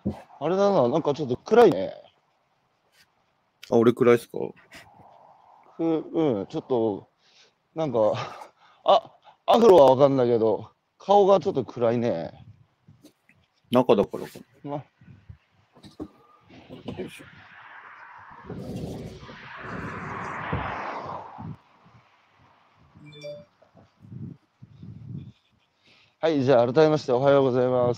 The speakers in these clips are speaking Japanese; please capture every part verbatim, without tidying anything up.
あれだな、なんかちょっと暗いね。 あ、俺暗いっすか？ ふうん、ちょっと、なんか、あ、アフロはわかんないけど、顔がちょっと暗いね。 中だからかま、 な。よいしょ。 はい、じゃあ改めましておはようございます。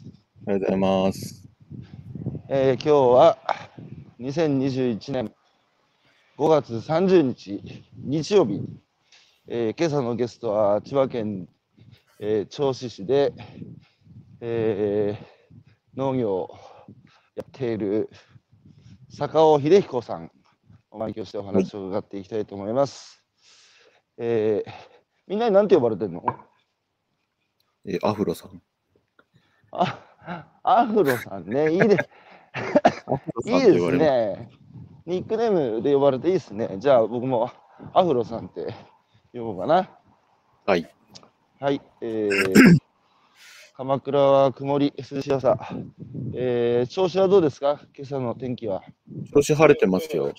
ありがとうございます。 えー、今日はにせんにじゅういちねんごがつさんじゅうにち日曜日、えー、今朝のゲストは千葉県、えー、銚子市で、えー、農業をやっている坂尾秀彦さんお招きをしてお話を伺っていきたいと思います。はい、えー、みんなに何て呼ばれてるの？ えアフロさん。 あ、アフロさんね、いいでアフロさいいですんって言われます。 ね。ニックネームで呼ばれていいですね。じゃあ僕もアフロさんって呼ぼうかな。 はい。 はい。えー、鎌倉は曇り、涼しい朝。えー、調子はどうですか？今朝の天気は。 調子晴れてますよ。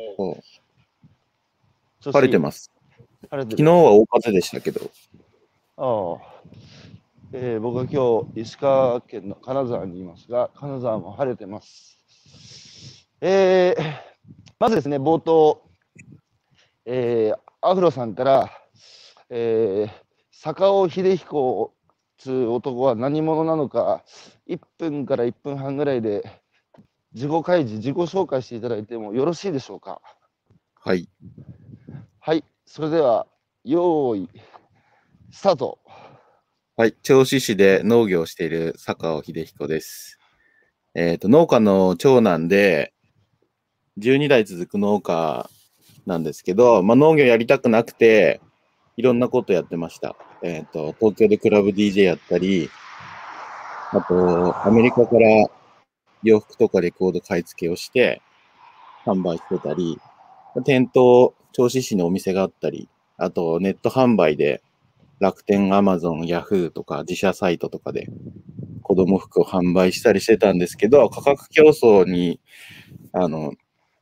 晴れてます。 晴れてる。 昨日は大風でしたけど。 ああ。えー、僕は今日石川県の金沢にいますが、金沢も晴れてます。えー、まずですね、冒頭、えー、アフロさんから、えー、坂尾秀彦つう男は何者なのか、いっぷんからいっぷんはんぐらいで自己開示、自己紹介していただいてもよろしいでしょうか。 はい。 はい、それでは、用意、スタート。 はい。銚子市で農業をしている坂尾秀彦です。えっと、農家の長男で、じゅうにだい続く農家なんですけど、まあ、農業やりたくなくて、いろんなことやってました。えっと、東京でクラブ ディージェー やったり、あと、アメリカから洋服とかレコード買い付けをして、販売してたり、店頭、銚子市にお店があったり、あとネット販売で楽天、アマゾン、ヤフーとか自社サイトとかで子供服を販売したりしてたんですけど、価格競争に、あの、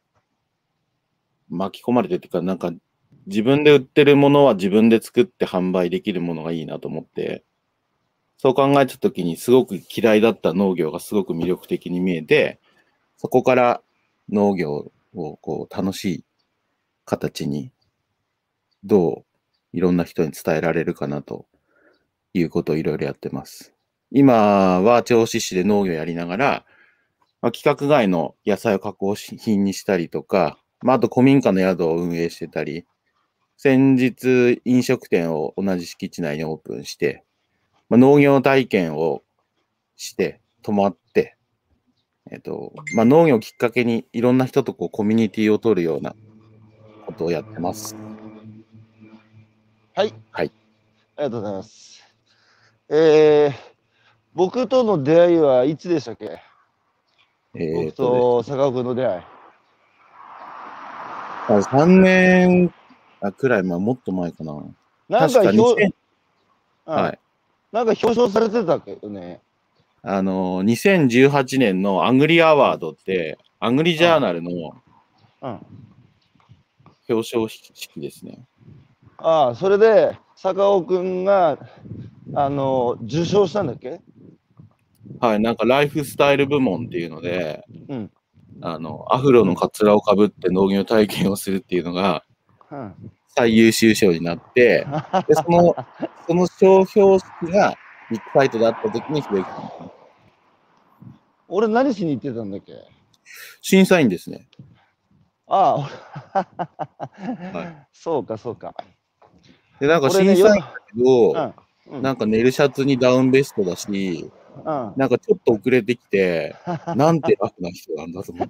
巻き込まれてっていうか、なんか自分で売ってるものは自分で作って販売できるものがいいなと思って、そう考えたときにすごく嫌いだった農業がすごく魅力的に見えて、そこから農業をこう楽しい形にどういろんな人に伝えられるかなということをいろいろやってます。今は銚子市で農業やりながら、まあ、規格外の野菜を加工品にしたりとか、まあ、あと古民家の宿を運営してたり、先日飲食店を同じ敷地内にオープンして、まあ、農業体験をして泊まって、えっと、まあ、農業をきっかけにいろんな人とこうコミュニティを取るようなことをやってます。 はい。 はい。 ありがとうございます。えー、僕との出会いはいつでしたっけ？ えっ僕とです。 と坂尾君の出会い。 さんねんくらい、まあ、もっと前かな。 なんか確かにせん、 表、うん、 はい。 なんか表彰されてたけどね。 あの、にせんじゅうはちねんのアグリアワードって、アグリジャーナルのうん。 表彰式ですね。 ああ、それで坂尾君があの受賞したんだっけ？ はい、なんかライフスタイル部門っていうので、 うん。 あの、アフロのカツラをかぶって農業体験をするっていうのがうん。 最優秀賞になって、で、その、その商標式がビッグファイトであった時にひろゆきさんが俺何しに行ってたんだっけ？ 審査員ですね。 あはい。 あ、そうかそうか。 で、なんか俺ね、よ、 審査員だけど、 うん、うん、 なんかネルシャツにダウンベストだし、 うん。 なんかちょっと遅れてきて、なんてラフな人なんだと思って。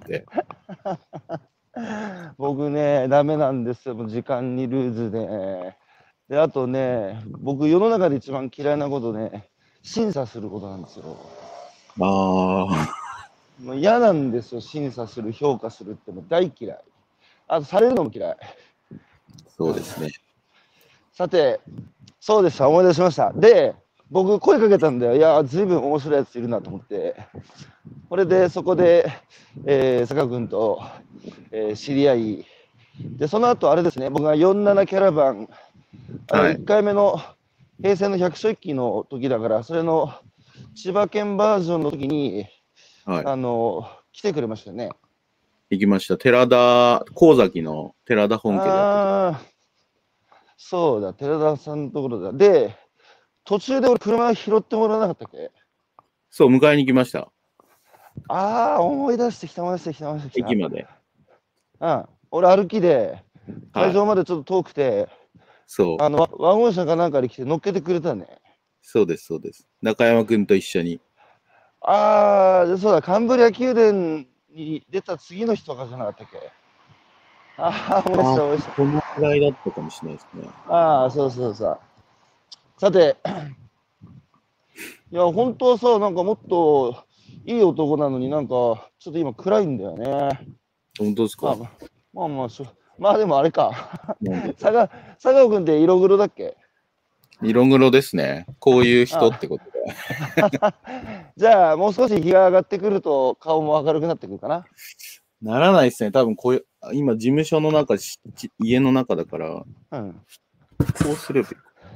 僕ね、ダメなんですよ。もう時間にルーズで。で、あとね、僕世の中で一番嫌いなことね、審査することなんですよ。 ああ、 もう嫌なんですよ、審査する、評価するってもう大嫌い。あと、されるのも嫌い。 そうですね。 さて、そうでした、思い出しました。で、僕声かけたんだよ。いや、ずいぶん面白いやついるなと思って。 これでそこで、えー、坂君と、えー、知り合い、で、その後あれですね、僕がよんじゅうななキャラバン、あれはいいっかいめの平成の百姓一揆の時だから、それの千葉県バージョンの時に、 はい。 あの、来てくれましたよね。 行きました。寺田、神崎の寺田本家でやってた。 ああ、そうだ、寺田さんのところだ。で、途中で俺車拾ってもらわなかったっけ？ そう、迎えに来ました。 ああ、思い出してきた、思い出してきた、思い出してきた。 駅まで。 うん、俺歩きで、会場までちょっと遠くて、 そう。 あの、ワワゴン車かなんかで来て乗っけてくれたね。 そうです、そうです。中山くんと一緒に。 ああ、そうだ、カンブリア宮殿に出た次の日とかじゃなかったっけ？ああ、思い出した、思い出した。 このくらいだったかもしれないですね。 ああ、そうそうそう。さて、いや、本当はさ、なんかもっといい男なのになんか、ちょっと今暗いんだよね。 本当ですか？ まあまあ、まあまあ、しょまあでもあれか。 なんで佐賀、佐賀君って色黒だっけ？ 色黒ですね。こういう人ってことで。 じゃあ、もう少し日が上がってくると顔も明るくなってくるかな。 ならないですね。多分こういう、今事務所の中、し家の中だから、 うん。 こうすればいい。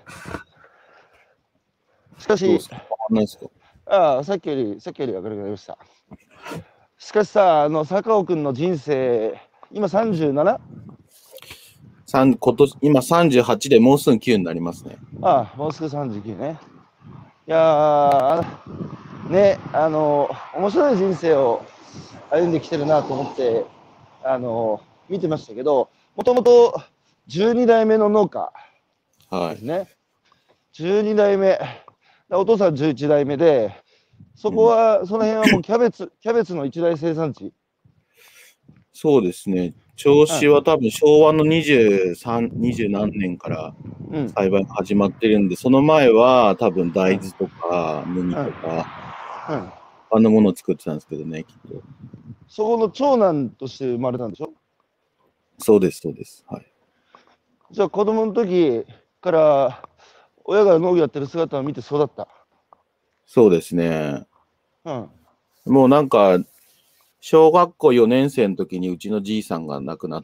しかしどうで、すか？変わんないですか？ ああ、さっきより、さっきより明るくなりました。しかしさ、あの、坂尾君の人生、今 さんじゅうなな？ 三今年、今さんじゅうはちでもうすぐきゅうになりますね。 ああ、もうすぐさんじゅうきゅうね。いやー、ね、あの、面白い人生を歩んできてるなと思って、あの、見てましたけど、もともとじゅうに代目の農家はい。 ですね。じゅうに代目。お父さんじゅういち代目で、そこは、その辺はもうキャベツ、キャベツの一大生産地。 そうですね。銚子は多分昭和のにじゅうさん、にじゅう何年からうん。 栽培が始まってるんで、その前は多分大豆とか麦とか、 うん。 あんなものを作ってたんですけどね、きっと。 そこの長男として生まれたんでしょ？ そうです、そうです。はい。 じゃあ子供の時から親が農業やってる姿を見て育った。 そうですね。 うん。 もうなんか、小学校よねん生の時にうちのじいさんが亡くなって、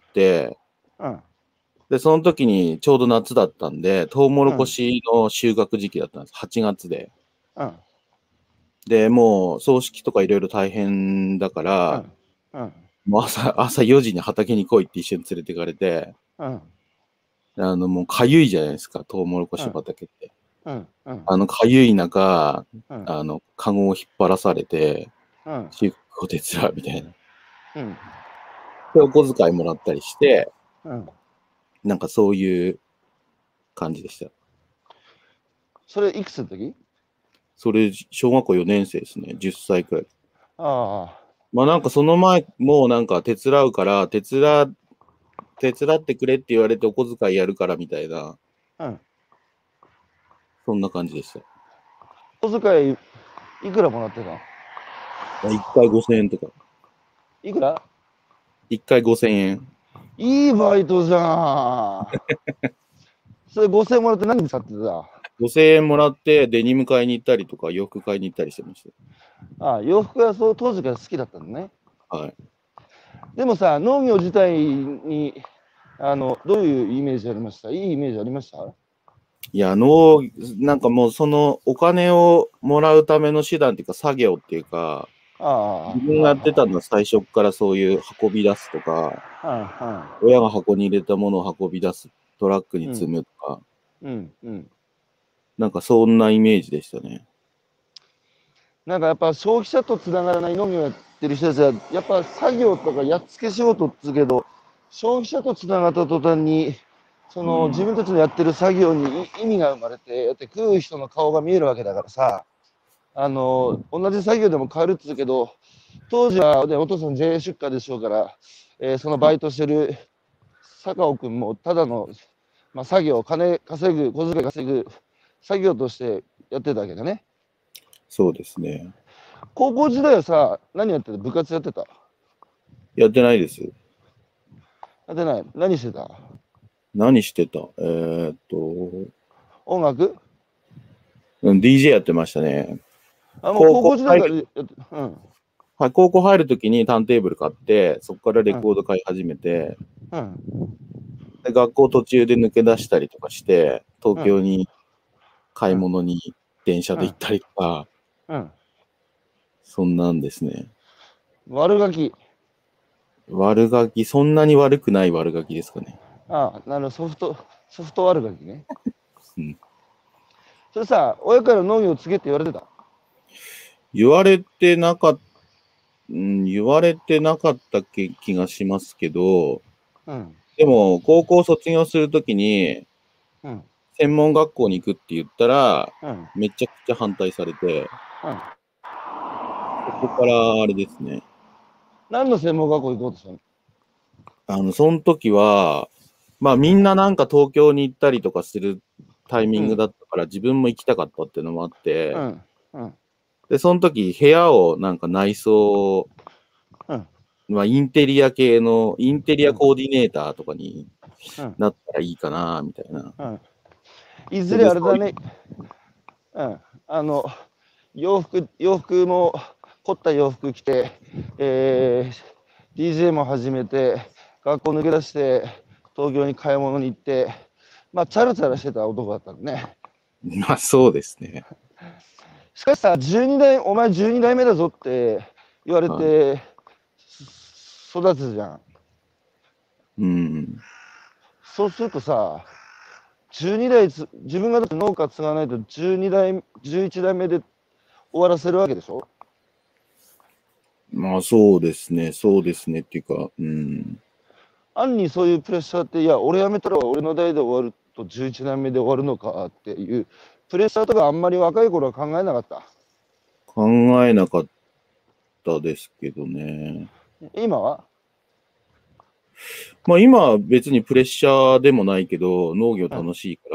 うん。 で、その時にちょうど夏だったんで、トウモロコシの収穫時期だったんです。はちがつで。 うん。 で、もう葬式とかいろいろ大変だかうら、 ん。うん。 もう朝、朝よじに畑に来いって一緒に連れてかれて、 うん。 あの、もうかゆいじゃないですか、トウモロコシ畑って。 うん。うん。 あの、かゆい中、 うん。 あの、カゴを引っ張らされて、 うん。 収穫を手伝うみたいな。 うん。 で、お小遣いもらったりして、 うん。 なんかそういう感じでした。 それいくつの時？ それ、小学校よねん生ですね。じゅっさいくらい。 あまあなんかその前もなんか手伝うから、手伝、手伝ってくれって言われてお小遣いやるからみたいな、 あ。うん。 そんな感じでした。 お小遣いいくらもらってた？ いっかいごせんえんとか。 いくら？ いっかいごせんえん。 いいバイトじゃん。それごせんえんもらって何に使ってた？ ごせんえんもらってデニム買いに行ったりとか洋服買いに行ったりしてましああ、洋服はそう当時から好きだったんだね。 た。はい。 でもさ、農業自体に、あの、どういうイメージありました？いいイメージありました？ いや、農、なんかもうそのお金をもらうための手段っていうか作業っていうか、 ああ。 自分がやってたのは最初からそういう運び出すとか、 ああ。 親が箱に入れたものを運び出す、トラックに積むとか、 うんうん。 なんかそんなイメージでしたね。 なんかやっぱ消費者とつながらない農業やってる人たちは、やっぱ作業とかやっつけ仕事っつうけど、消費者とつながった途端に、その自分たちのやってる作業に意味が生まれて、だって食う人の顔が見えるわけだからさ、あの、同じ作業でも変わるっつうけど、当時は、ね、お父さん ジェーエー 出荷でしょうから、えーそのバイトしてる坂尾君もただの、まあ、作業、金稼ぐ、小遣い稼ぐ作業としてやってたわけだね。 そうですね。 高校時代はさ、何やってた？部活やってた？ やってないです。 やってない。何してた？ 何してたえーっと、 音楽？ うん、ディージェー やってましたね。 あ、もう高校時代から高校やって、うん。 はい、高校入るときにターンテーブル買って、そこからレコード買い始めて、 うん。 で学校途中で抜け出したりとかして、東京に買い物に電車で行ったりとか、 うん。うん、 そんなんですね。 悪ガキ。 悪ガキ、そんなに悪くない悪ガキですかね。 ああ、なるほど、ソフト、ソフト悪ガキね。 うん。 それさ、親から農業を継げって言われてた？ 言われてなかった、うん、言われてなかった気気がしますけど、 うん。 でも、高校卒業するときに、 うん。 専門学校に行くって言ったら、 うん。 めちゃくちゃ反対されて、 うん。 そこからあれですね。 何の専門学校行こうとしたの？ あの、その時は、まあみんななんか東京に行ったりとかするタイミングだったから、自分も行きたかったっていうのもあって、 うん。うん。 で、その時部屋をなんか内装、 うん。 まあインテリア系の、インテリアコーディネーターとかにうん。 なったらいいかな、みたいな。 うん。いずれあれだね。うん。あの、洋服、洋服も、凝った洋服着て、えー、ディージェー も始めて、学校抜け出して、東京に買い物に行って、まあ、チャラチャラしてた男だったのね。 まあそうですね。 しかしさ、じゅうに代、お前じゅうに代目だぞって言われはいて、育つじゃん。 うん。 そうするとさ、じゅうに代つ、自分がだって農家継がないとじゅうに代、じゅういち代目で終わらせるわけでしょ？ まあそうですね、そうですねっていうか、うん。 暗にそういうプレッシャーって、いや、俺辞めたら俺の代で終わるとじゅういち代目で終わるのかっていうプレッシャーとかあんまり若い頃は考えなかった？ 考えなかったですけどね。 今は？ まあ今は別にプレッシャーでもないけど、農業楽しいから、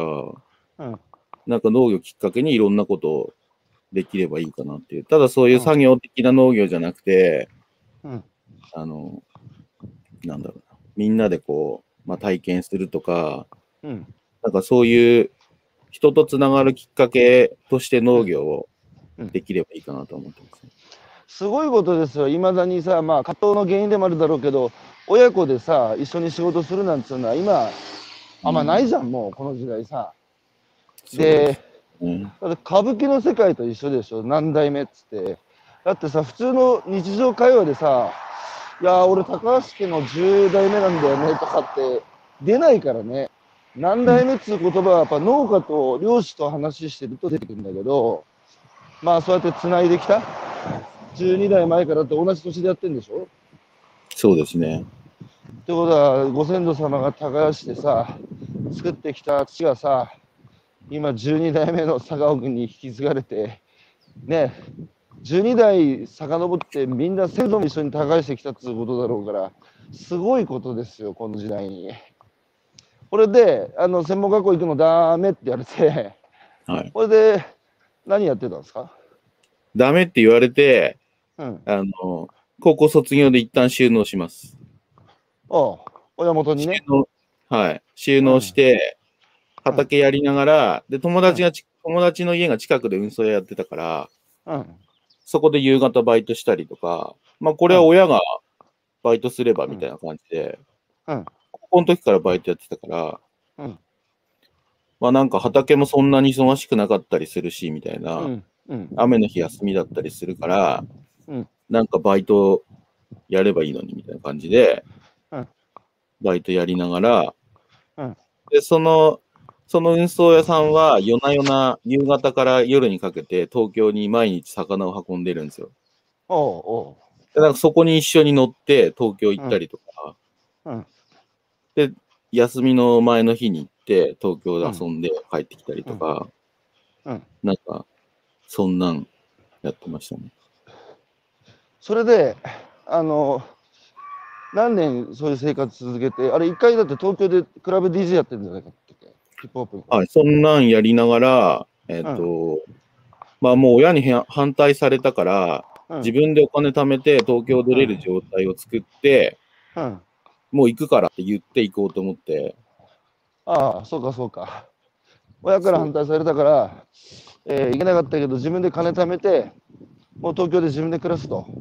うん。 なんか農業きっかけにいろんなことできればいいかなっていう。ただそういううん。 作業的な農業じゃなくて、 うん。 あの、なんだろうな。みんなでこう、まあ体験するとか、 うん。 なんかそういう人とつながるきっかけとして農業をうん。 できればいいかなと思ってますね。 すごいことですよ。いまだにさ、まあ葛藤の原因でもあるだろうけど、親子でさ、一緒に仕事するなんていうのは今、あんまないじゃん、もうこの時代さ。で、 そうですね。 だって歌舞伎の世界と一緒でしょ、何代目っつって。だってさ、普通の日常会話でさ、いやー、俺、高橋家のじゅう代目なんだよねとかって出ないからね。何代目っつう言葉はやっぱ農家と漁師と話してると出てくるんだけど、まあそうやって繋いできた。じゅうに代前からって同じ年でやってんでしょ？ そうですね。 ってことは、ご先祖様が耕してさ、作ってきた土がさ、今じゅうに代目の坂尾君に引き継がれて、ね、じゅうに代遡ってみんな先祖も一緒に耕してきたっていうことだろうから、すごいことですよ、この時代に。これで、あの、専門学校行くのダメって言われて、 はい。 これで何やってたんですか？ ダメって言われて、 うん。 あの、高校卒業で一旦収納します。 ああ、親元に収ね。 納、はい。収納うん。 して、畑やりながら、で、友うん。 達がち、友達の家が近くで運送屋やってたから、 うん。 そこで夕方バイトしたりとか、まあこれうん。 は親がバイトすればうん。 みたいな感じで、 うん。 高校の時からバイトやってたから、 うん。 まあなんか畑もそんなに忙しくなかったりするし、みたいな、 うん。うん。 雨の日休みだったりするから、 うん。 なんかバイトやればいいのにみたいな感じで、 うん。 バイトやりながら、 うん。 で、その、その運送屋さんは夜な夜な、夕方から夜にかけて東京に毎日魚を運んでるんですよ。 おうおで、なんかそこに一緒に乗って東京行う。うん。 ったりとか、 うん。 で、休みの前の日に行って東京うん。 で遊んで帰ってきたりうん。 とか、 うん。 なんか、そんなんやってましたね。 それで、あの、何年そういう生活続けて、あれ一回だって東京でクラブ ディージェー やってるんじゃないかってっけ、ヒップホップの。 はい、そんなんやりながら、えっうん。 と、まあもう親にへん反対されたから、 うん。 自分でお金貯めて東京出うん。 れる状態を作って、 うん。 もう行くからって言って行こうと思って、 ああ、そうかそうか。親からそう、 反対されたから、えー行けなかったけど、自分で金貯めて、もう東京で自分で暮らすと。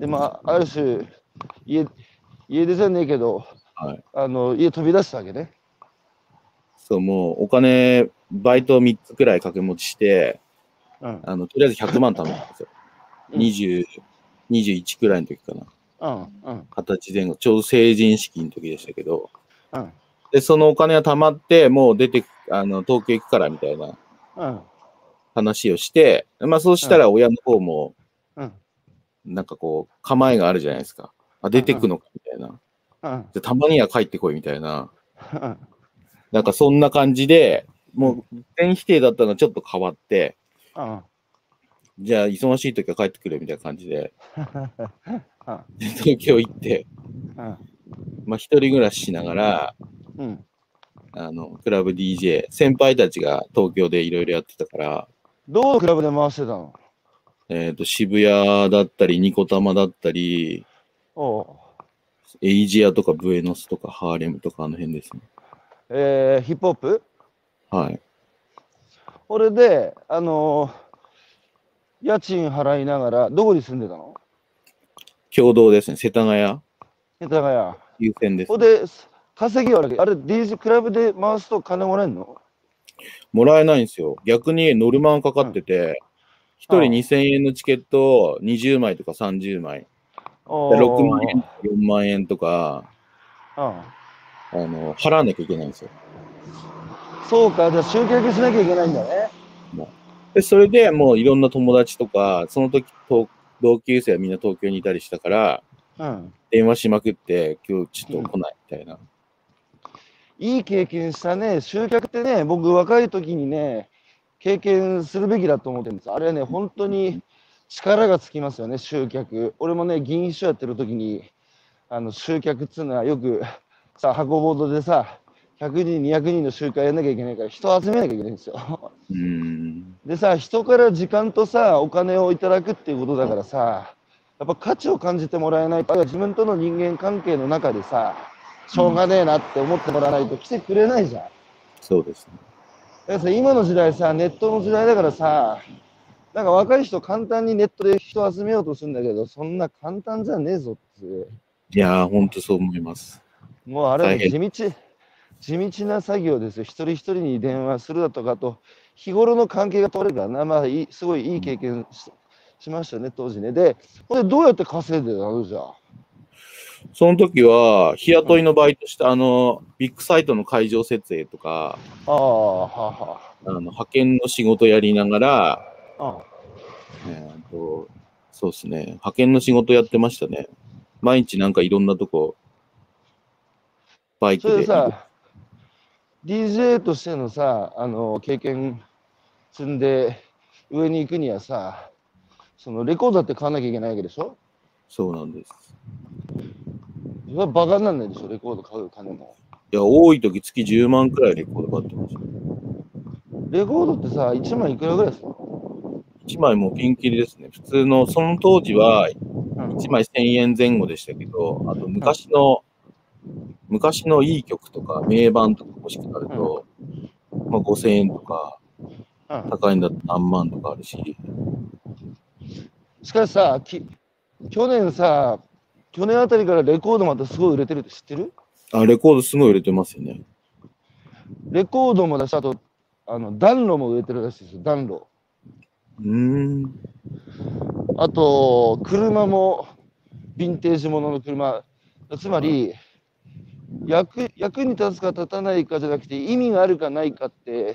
で、まあ、ある種、家、家出じゃねえけど、 はい。 あの、家飛び出したわけね。 そう、もうお金、バイトみっつくらい掛け持ちして、 うん。 あの、とりあえずひゃくまん貯めたんですよ。 うんにじゅう、にじゅういちくらいの時かな。 うんうん二十歳前後、ちょうど成人式の時でしたけど、 うんで、そのお金が貯まって、もう出て、あの、東京行くからみたいなうん話をして、まあそうしたら親の方も、 うんなんかこう、構えがあるじゃないですか。あ、出てくのかみたいな。 うんじゃたまには帰ってこいみたいな。 うんなんかそんな感じで、 うんもう全否定だったのがちょっと変わって、 うんじゃあ忙しい時は帰ってくれみたいな感じで、 うんで東京行って、まあ一人暮らししながら、 うんあの、クラブ ディージェー、先輩たちが東京でいろいろやってたから、 どうクラブで回してたの？ えっと、渋谷だったり、ニコタマだったり、 おう。 エイジアとかブエノスとかハーレムとかあの辺ですね。 えー、ヒップホップ？ はい。 俺で、あのー家賃払いながら、どこに住んでたの？ 共同ですね。世田谷世田谷。 優先です、ね。 ほんで、稼ぎはあれ、あれ、ディージェー クラブで回すと金もらえんの？ もらえないんですよ。逆にノルマンかかってて、一、 うん人にせんえんのチケットをにじゅうまいとかさんじゅうまい。でろくまんお円とかよんまん円とか、 うん。 あの、払わなきゃいけないんですよ。 そうか、じゃあ集客しなきゃいけないんだね。 もうで、それでもういろんな友達とか、その時と同級生はみんな東京にいたりしたから、 うん。 電話しまくって、今日ちょっと来ないみたいな。 いい経験したね。集客ってね、僕若い時にね、経験するべきだと思ってるんです。あれはね、本当に力がつきますよね、集客。俺もね、議員秘書やってる時に、あの集客っつうのはよくさ、箱ボードでさ、ひゃくにん、にひゃくにんの集会やんなきゃいけないから、人集めなきゃいけないんですよ。 うーん。 でさ、人から時間とさ、お金をいただくっていうことだからさ、やっぱ価値を感じてもらえないと、あるいは自分との人間関係の中でさ、しょうがねえなって思ってもらわないと来てくれないじゃん。 そうですね。 だからさ、今の時代さ、ネットの時代だからさ、なんか若い人簡単にネットで人集めようとするんだけど、そんな簡単じゃねえぞって。 いやー、ほんとそう思います。 もうあれは大変。 地道、地道な作業ですよ。一人一人に電話するだとか、あと、日頃の関係が取れるからな、まあいい、すごいいい経験し、しましたね、当時ね。で、これどうやって稼いでたのじゃあ。 その時は、日雇いのバイトした、あの、ビッグサイトの会場設営とか、 ああ、はあ、はあの、派遣の仕事やりながら、 あ。ああえーと、そうですね、派遣の仕事やってましたね。毎日なんかいろんなとこ、バイそれでクで移動。 さ、ディージェー としてのさ、あの、経験積んで上に行くにはさ、そのレコードだって買わなきゃいけないわけでしょ？ そうなんです。 それはバカになんないでしょ、レコード買う金も。 いや、多い時月じゅうまんくらいレコード買ってました。 レコードってさ、いちまいいくらぐらいするの？ いちまいもうピンキリですね。普通の、その当時はうんいちまいせんえんぜん後でしたけど、あと昔の、昔のいい曲とか名盤とか欲しくなると、まあごせんえんとか、 うん高いんだと何万とかあるし。 しかしさ、き去年さ、去年あたりからレコードまたすごい売れてるって知ってる？ あ、レコードすごい売れてますよね。 レコードもだし、あと、あの暖炉も売れてるらしいですよ、暖炉。 うーん。 あと、車も、ヴィンテージものの車。つまり、役役に立つか立たないかじゃなくて、意味があるかないかって、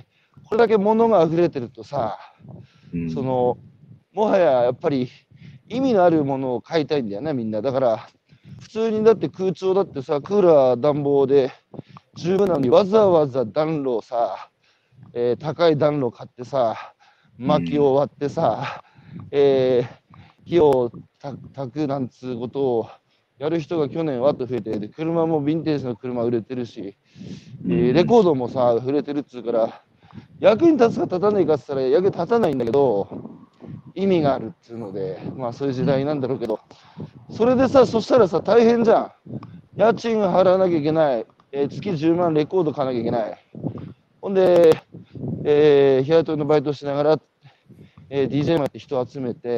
これだけ物が溢れてるとさ、 うん、 その、もはややっぱり意味のあるものを買いたいんだよね、みんな。だから、普通にだって空調だってさ、クーラー暖房で十分なのに、わざわざ暖炉をさ、えー高い暖炉買ってさ、薪を割ってさ、えー火をたくなんつうことをやる人が去年わっと増えて、で車もヴィンテージの車売れてるし、えーレコードもさ、売れてるっつうから、役に立つか立たないかっつったら役に立たないんだけど、意味があるっつうので、まあそういう時代なんだろうけど、それでさ、そしたらさ、大変じゃん。家賃払わなきゃいけない。えー月じゅうまんレコード買わなきゃいけない。ほんで、えー、日雇いのバイトしながら、えー、ディージェー もやって人集めて、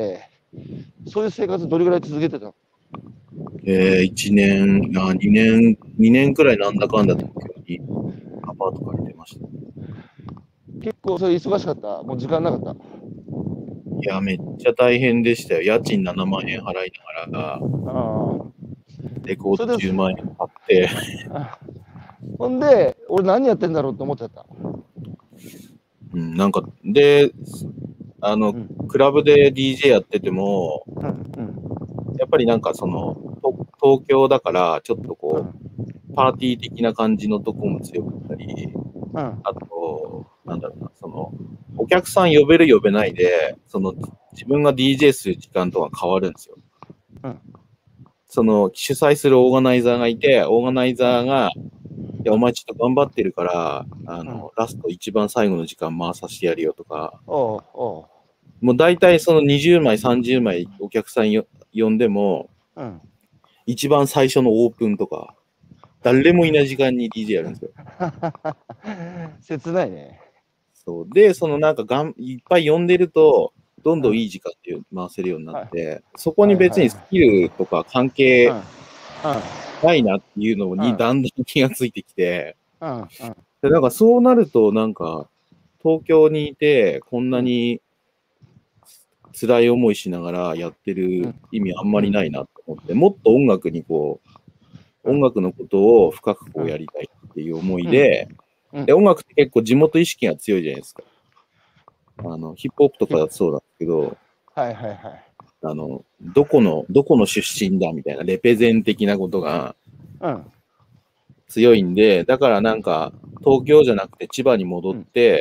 そういう生活どれぐらい続けてたの？ えー、いちねん、あ、にねん、にねんくらいなんだかんだ東京にアパート借りてました。 結構それ忙しかった？もう時間なかった？ いや、めっちゃ大変でしたよ。家賃ななまん円払いながら、 ああ。 レコードそれでじゅうまん円買って、 あほんで、俺何やってんだろうって思っちゃった。 うん、なんか、で、あの、 うんクラブで ディージェー やってても、 うんうんやっぱりなんかその、と東京だから、ちょっとこうんう、パーティー的な感じのとこも強かったり、 うんあと、なんだろうな、その、お客さん呼べる呼べないで、その、自分が ディージェー する時間とは変わるんですよ。 うんその、主催するオーガナイザーがいて、オーガナイザーが、いや、お前ちょっと頑張ってるから、あうんの、ラスト一番最後の時間回させてやるよとか、 おうおもう大体そのにじゅうまい、さんじゅうまいお客さんよ呼んでも、 ううん一番最初のオープンとか、誰もいない時間に ディージェー やるんですよ。 切ないね。 そう。で、そのなんかがん、いっぱい呼んでると、どんどんいい時間っていう回せるようになって、そこに別にスキルとか関係うんうんないなっていうのうんにだんだん気がついてきて、 うんうんで、なんかそうなると、なんか、東京にいて、こんなに辛い思いしながらやってる意味あんまりないなと思って、もっと音楽にこう、音楽のことを深くこうやりたいっていう思いで、 うんで、音楽って結構地元意識が強いじゃないですか。あの、ヒップホップとかだとそうなんですけど、 はいはいはいあの、どこの、どこの出身だみたいな、レペゼン的なことがうん強いんで、だからなんか、東京じゃなくて千葉に戻って、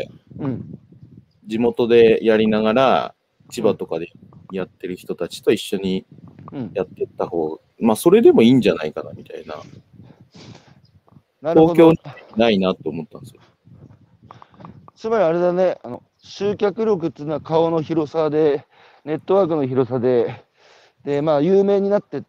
うん地元でやりながら、千葉とかでやってる人たちと一緒にうんやっていった方が、まあ、それでもいいんじゃないかな、みたいな。 なるほど。 東京にないなと思ったんですよ。 つまりあれだね、あの集客力っていうのは顔の広さで、ネットワークの広さで、で、まあ、有名になってって、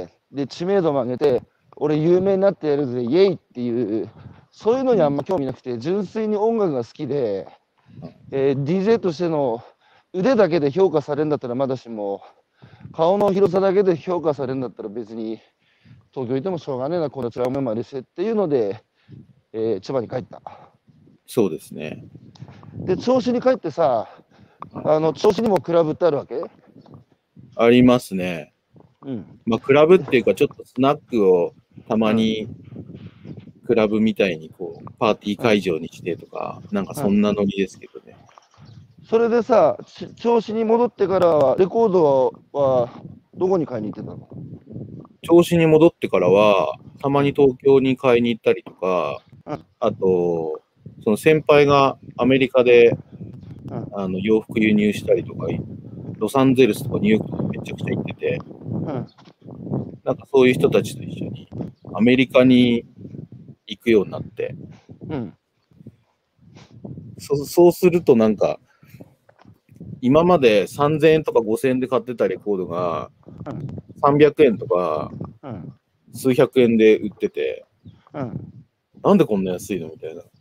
で、知名度も上げて、俺有名になってやるぜ、イェイっていう、そういうのにあんま興味なくて、純粋に音楽が好きで、えー、ディージェー としての腕だけで評価されるんだったらまだしも、顔の広さだけで評価されるんだったら別に、東京いてもしょうがねえな、こんな辛い思いもありしてっていうので、えー千葉に帰った。 そうですね。 で、銚子に帰ってさ、あの、銚子にもクラブってあるわけ？ ありますね。 うん。 まあ、クラブっていうか、ちょっとスナックをたまにクラブみたいにこう、パーティー会場にしてとか、なんかそんなノリですけどね。 それでさ、ち銚子に戻ってからは、レコードはどこに買いに行ってたの？ 銚子に戻ってからは、たまに東京に買いに行ったりとか、 うんあと、その先輩がアメリカでうんあの洋服輸入したりとか、ロサンゼルスとかニューヨークとかめちゃくちゃ行ってて、 うんなんかそういう人たちと一緒にアメリカに行くようになって、 うんそそうするとなんか、今までさんぜんえんとかごせんえんで買ってたレコードがうんさんびゃくえんとかうん数百円で売ってて、 うんなんでこんな安いのみたいな。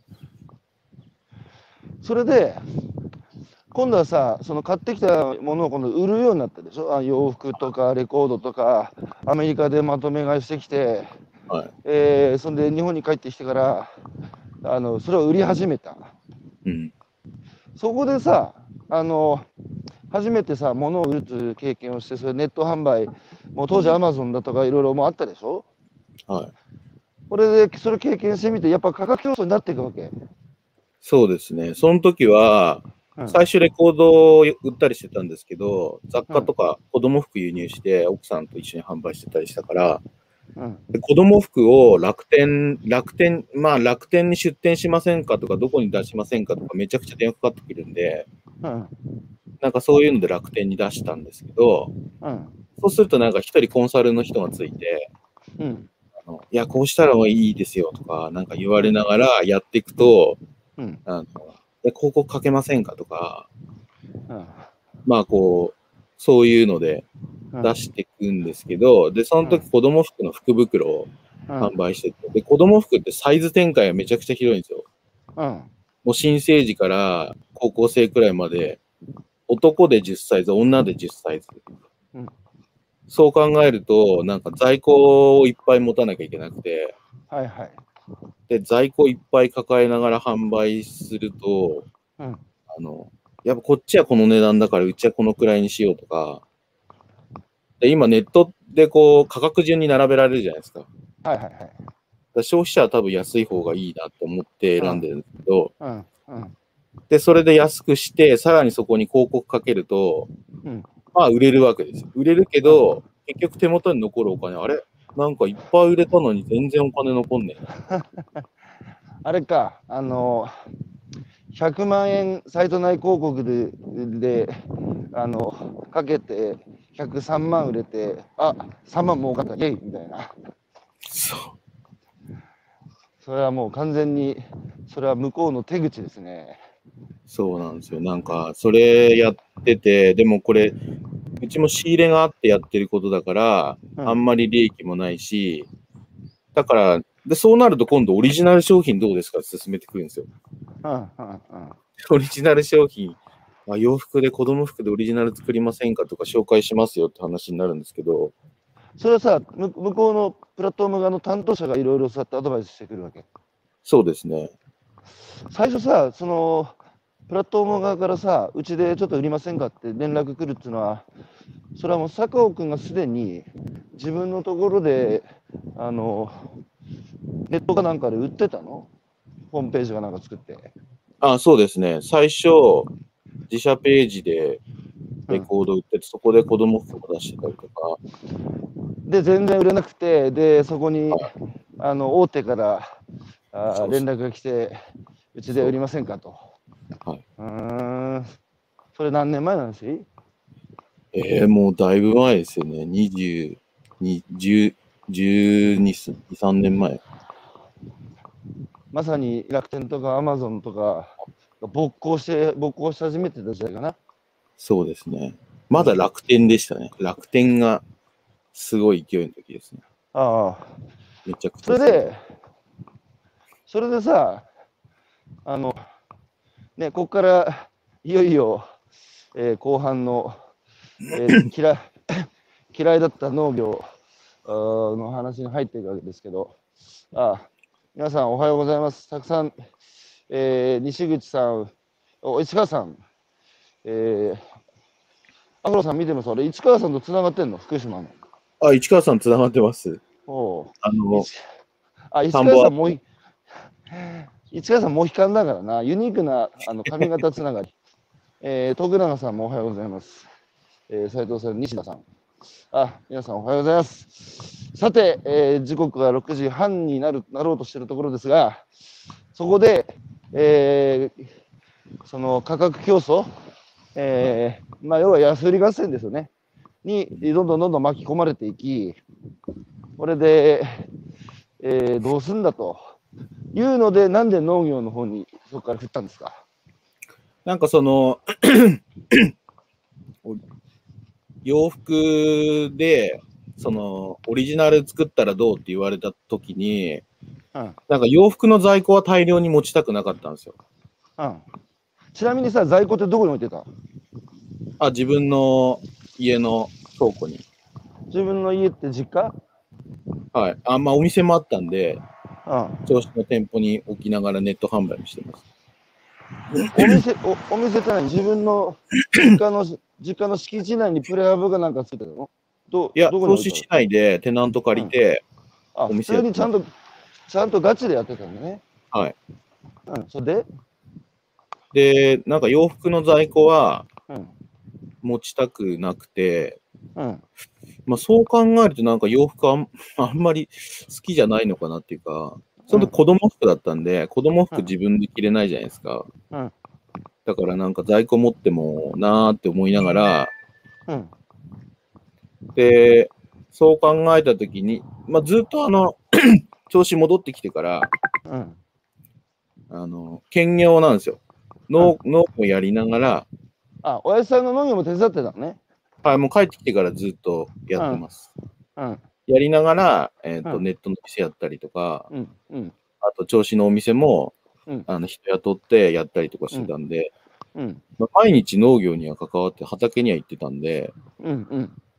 それで、今度はさ、その買ってきたものを今度売るようになったでしょ？あ、洋服とかレコードとか、アメリカでまとめ買いしてきて、 はい。 えーそんで日本に帰ってきてから、あの、それを売り始めた。 うん。 そこでさ、あの、初めてさ、物を売るという経験をして、それネット販売、もう当時アマゾンだとかいろいろもうあったでしょ？ はい。 これで、それ経験してみて、やっぱ価格競争になっていくわけ。 そうですね。その時は、 うん最初レコードを売ったりしてたんですけど、雑貨とうか子供服輸入して奥さんと一緒に販売してたりしたから、 うんで子供服を楽天、楽天、まあ楽天に出店しませんかとか、どこに出しませんかとか、めちゃくちゃ電話かかってくるんで、 うんなんかそういうので楽天に出したんですけど、 うんそうするとなんか一人コンサルの人がついて、 うんあのいや、こうしたらいいですよとか、なんか言われながらやっていくと、 うんあので広告かけませんかとか、 うんまあこう、そういうのでうん出していくんですけど、で、その時子供服の福袋を販売してて、で、子供服ってサイズ展開がめちゃくちゃ広いんですよ。 うんもう新生児から高校生くらいまで、男でじゅっサイズ、女でじゅっサイズ。 うん、 そう考えると、なんか在庫をいっぱい持たなきゃいけなくて、 はいはい。 で、在庫いっぱい抱えながら販売すると、 うん、 あの、やっぱこっちはこの値段だからうちはこのくらいにしようとか、で今ネットでこう価格順に並べられるじゃないですか。 はいはいはい。 だから消費者は多分安い方がいいなと思って選んでるんですけど、 うん、うん、 で、それで安くして、さらにそこに広告かけると、 うん、 まあ売れるわけですよ。売れるけうん。 ど、結局手元に残るお金、あれなんかいっぱい売れたのに全然お金残んねえな。 あれか、あの、ひゃくまん円サイト内広告で、で、あの、かけて、ひゃくさんまん売れて、あ、さんまん儲かった、イェイみたいな。 そう。 それはもう完全に、それは向こうの手口ですね。 そうなんですよ。なんか、それやってて、でもこれ、うちも仕入れがあってやってることだから、 うん、 あんまり利益もないし、だから、で、そうなると今度オリジナル商品どうですかって勧めてくるんですよ。 うん、うん、うん。 オリジナル商品、あ洋服で子供服でオリジナル作りませんかとか紹介しますよって話になるんですけど、 それはさ、む向こうのプラットフォーム側の担当者がいろいろそうやってアドバイスしてくるわけ。 そうですね。 最初さ、その、プラットフォーム側からさ、うちでちょっと売りませんかって連絡来るっていうのは、それはもう坂尾君がすでに自分のところで、あの、ネットかなんかで売ってたの？ホームページかなんか作って。 あ、そうですね。最初、自社ページでレコード売ってて、そこで子供服を出してたりとか、 で、全然売れなくて、で、そこに、 はい、 あの、大手からあそうそ連絡が来て、うちう、そで売りませんかと。 う。はい。 うーん。それ何年前の話？ えー、もうだいぶ前ですよね。にじゅうに、じゅう、じゅうに、さんねんまえ。 まさに楽天とかアマゾンとかが勃興して、勃興し始めてた時代かな。 そうですね。まだ楽天でしたね。楽天がすごい勢いの時ですね。 ああ。 めちゃくちそれゃすごい。 で、それでさ、あの、ね、ここからいよいよ、えー後半の、えー嫌い嫌いだった農業あーの話に入っていくわけですけど、あ皆さんおはようございます。たくさん、えー西口さん、お市川さん、えー、アフロさん見てます。俺、市川さんとつながってんの、福島の。 あ、市川さんつながってます。 おうあの、 市あ、市田んぼは、 川さんもうい、市川さんモヒカンだからな、ユニークなあの髪型つながり。えー、徳永さんもおはようございます。えー、斉藤さん、西田さん。あ、皆さんおはようございます。さて、えー時刻はろくじはんになるなろうとしているところですが、そこで、えーその価格競争、えーまあ、要は安売り合戦ですよね、にどんどんどんどん巻き込まれていき、これで、えーどうすんだというので、なんで農業の方にそこから振ったんですか？ なんかその、洋服で、その、オリジナル作ったらどうって言われた時に、 うん、 なんか洋服の在庫は大量に持ちたくなかったんですよ。 うん。ちなみにさ、在庫ってどこに置いてた？ あ、自分の家の倉庫に。 自分の家って実家？ はい。あ、まあお店もあったんで、 うん。 銚子の店舗に置きながらネット販売もしてます。 お店、お、お店って何？自分の実家の、実家の敷地内にプレハブがなんかついてるの？ど、 いや、 どこに置いてある？ 銚子市内でテナント借りて、 あ、 お普店やってます。 通にちゃんと、ちゃんとガチでやってたんだね。 はい。 うん、それで、 で、なんか洋服の在庫はうん、 持ちたくなくて、 うん、 まあそう考えるとなんか洋服あん、あんまり好きじゃないのかなっていうか、その時子供服だったんで、子供服自分で着れないじゃないですか。 うん、 だからなんか在庫持ってもなーって思いながら、 うん、 で、そう考えたときに、まあ、ずっとあの、調子戻ってきてから、 うん。 あの、兼業なんですよ。農、農もやりながら、 あ、おやじさんの農業も手伝ってたのね。 はい、もう帰ってきてからずっとやってます。 うん、 やりながら、えっと、 うん、 ネットの店やったりとか、 うん、うん、 あと、調子のお店も、 うん、 あの、人雇ってやったりとかしてうん、 たんで、 うん、 まあ、毎日農業には関わって、畑には行ってたんで、 うん、うん。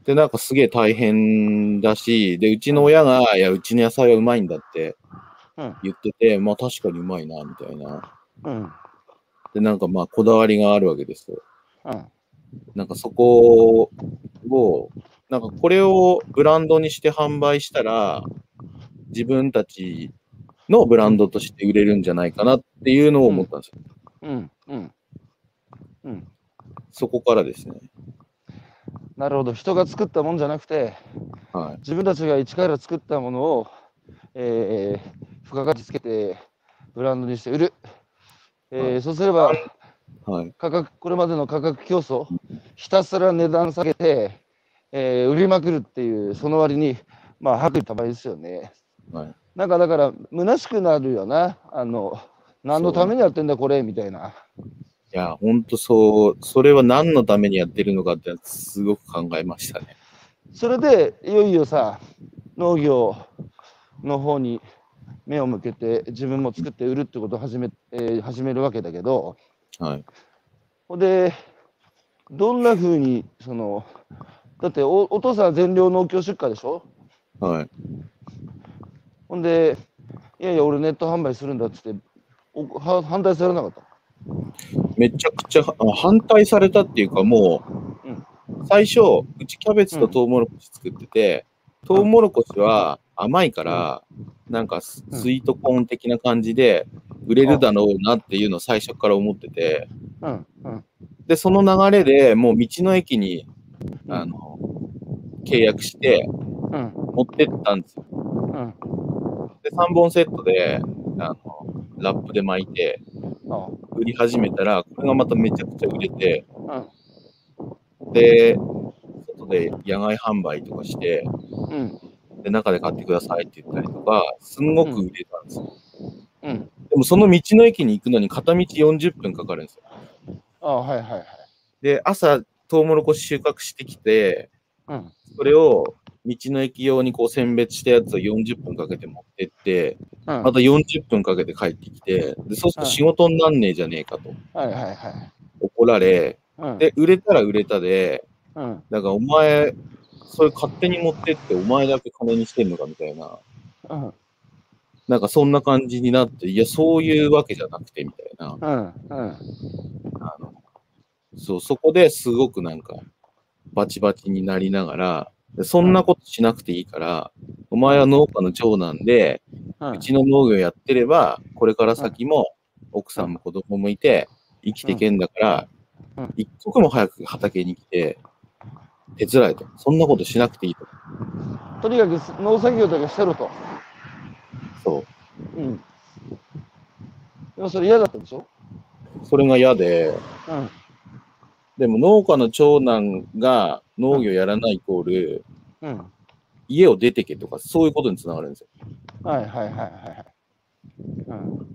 で、なんかすげえ大変だし、で、うちの親が、いや、うちの野菜はうまいんだってうん。 言ってて、まあ確かにうまいな、みたいな。 うん。 で、なんかまあこだわりがあるわけですよ。 うん。 なんかそこを、なんかこれをブランドにして販売したら、自分たちのブランドとして売れるんじゃないかなっていうのを思ったんですよ。 うん。うん。うん。 そこからですね。 なるほど。人が作ったもんじゃなくて、 はい。 自分たちが一から作ったものを、えー、付加価値つけてブランドにして売る。えーはいそうすればはい。 価格、これまでの価格競争、ひたすら値段下げて、えー売りまくるっていう、その割に、まあ、薄利多売ですよね。 はい。 なんかだから、虚しくなるよな。あの、何のそうね。 ためにやってんだ、これ、みたいな。 いや、ほんとそう、それは何のためにやってるのかってすごく考えましたね。 それで、いよいよさ、農業の方に目を向けて、自分も作って売るってことを始め、えー始めるわけだけど、 はい。 ほんで、どんなふうに、その、だってお、お父さんは全量農協出荷でしょ。 はい。 ほんで、いやいや、俺ネット販売するんだっつって、おは反対されなかった。 めちゃくちゃあ反対されたっていうか、もう、 うん。 最初、うちキャベツとトウモロコシ作ってて、トウモロコシは甘いから、なんかスうんスイートコーン的な感じで売れるだろうなっていうのを最初から思ってて、 うん。うん。 で、その流れでもう道の駅に、 うんあの、契約してうん。 持ってったんですよ。 うん。 で、さんぼんセットで、あの、ラップで巻いて、 あ売り始めたら、これがまためちゃくちゃ売れて、 うん。 で、外で野外販売とかして、 うん。 で、中で買ってくださいって言ったりとか、すんごく売れたんですよ。 うん。 でもその道の駅に行くのに片道よんじゅっぷんかかるんですよ。 あはいはいはい。 で、朝、トウモロコシ収穫してきて、 うん。 それを道の駅用にこう選別したやつをよんじゅっぷんかけて持ってって、 うん。 またよんじゅっぷんかけて帰ってきて、で、そうすると仕事になんねえじゃねえかとはいはいはい。 怒られ、 うん。 で、売れたら売れたで、 うん。 だからお前、それ勝手に持ってってお前だけ金にしてんのかみたいな、 うん。 なんかそんな感じになって、いや、そういうわけじゃなくてみたいな、 うん。うん。 あの、そう、そこですごくなんか、バチバチになりながら、そんなことしなくていいから、お前は農家の長男で、 うん。 うちの農業やってれば、これから先も奥さんも子供もいて、生きていけんだからうん、 一刻も早く畑に来て、手伝えと。そんなことしなくていいと。 とにかく農作業だけしてろと。 そうん。でもそれ嫌だったでしょ。 う。それが嫌で、 うん。 でも農家の長男が農業やらないイコール、 うん。 家を出てけとか、そういうことにつながるんですよ。 はいはいはいはいはい。うん。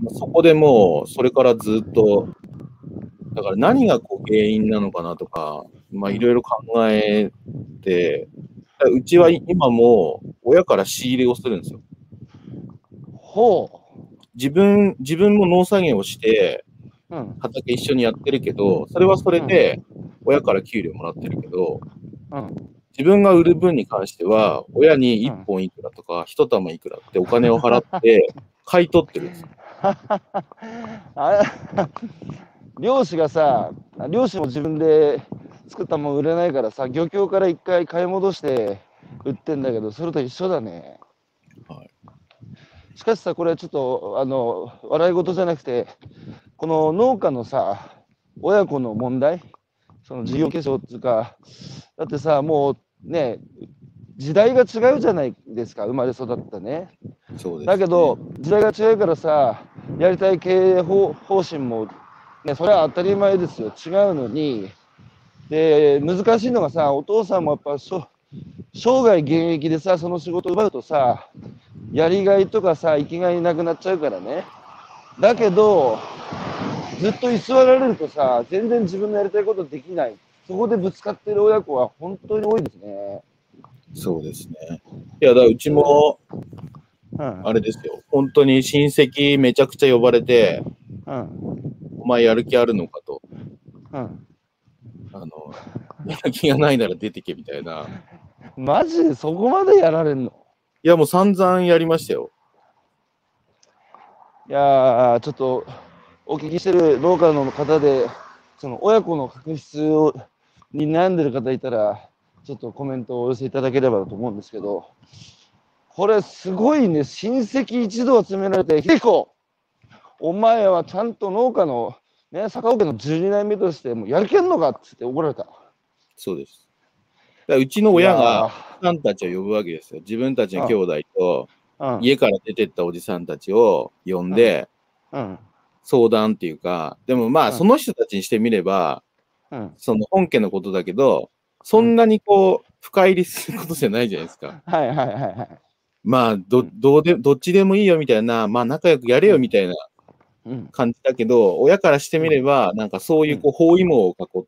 そこでもう、それからずっと、だから何がこう原因なのかなとか、まあいろいろ考えて、うちは今も親から仕入れをするんですよ。 ほ自分、自分も農作業をして、 う。うん。 畑一緒にやってるけど、それはそれで親から給料もらってるけど、 うん。 自分が売る分に関しては、親にいっぽんいくらとか、一玉いくらってお金を払って買い取ってるんですよ。 あれ漁師がさ、漁師も自分で作ったもん売れないからさ、漁協から一回買い戻して売ってんだけど、それと一緒だね。 はい。 しかしさ、これちょっと、あの、笑い事じゃなくて、この農家のさ、親子の問題、その事業継承っていうか、だってさ、もうね、時代が違うじゃないですか、生まれ育ったね。 そうです、ね。 だけど、時代が違うからさ、やりたい経営方方針も、ね、それは当たり前ですよ、違うのに、で、難しいのがさ、お父さんもやっぱしょ生涯現役でさ、その仕事を奪うとさ、やりがいとかさ、生きがいなくなっちゃうからね。だけど、ずっと居座られるとさ、全然自分のやりたいことできない。そこでぶつかってる親子は本当に多いですね。 そうですね。いや、だからうちも、 うん。 あれですよ。本当に親戚めちゃくちゃ呼ばれて、 うん。 お前やる気あるのかと。 うん。 あの、やる気がないなら出てけみたいな。 マジでそこまでやられんの？ いや、もう散々やりましたよ。 いやー、ちょっとお聞きしてる農家の方で、その親子の確執をに悩んでる方いたら、ちょっとコメントをお寄せいただければと思うんですけど、これすごいね、親戚一同集められて、秀彦、お前はちゃんと農家の、ね、坂尾家のじゅうに代目としてもうやる気あんのかっつって怒られた。 そうです。だからうちのい親がやおじさんたちを呼ぶわけですよ。自分たちのー、 兄弟とうん、 家から出てったおじさんたちを呼んでうん、 相談っていうか、でもまあうん、 その人たちにしてみれば、 うん、 その本家のことだけど、そんなにこう深入りすることじゃないじゃないですか。 はいはいはいはい。 まあど、どうで、どっちでもいいよみたいな、まあ仲良くやれよみたいなうん、 感じだけど、親からしてみれば、なんかそういうこう包囲網を囲って、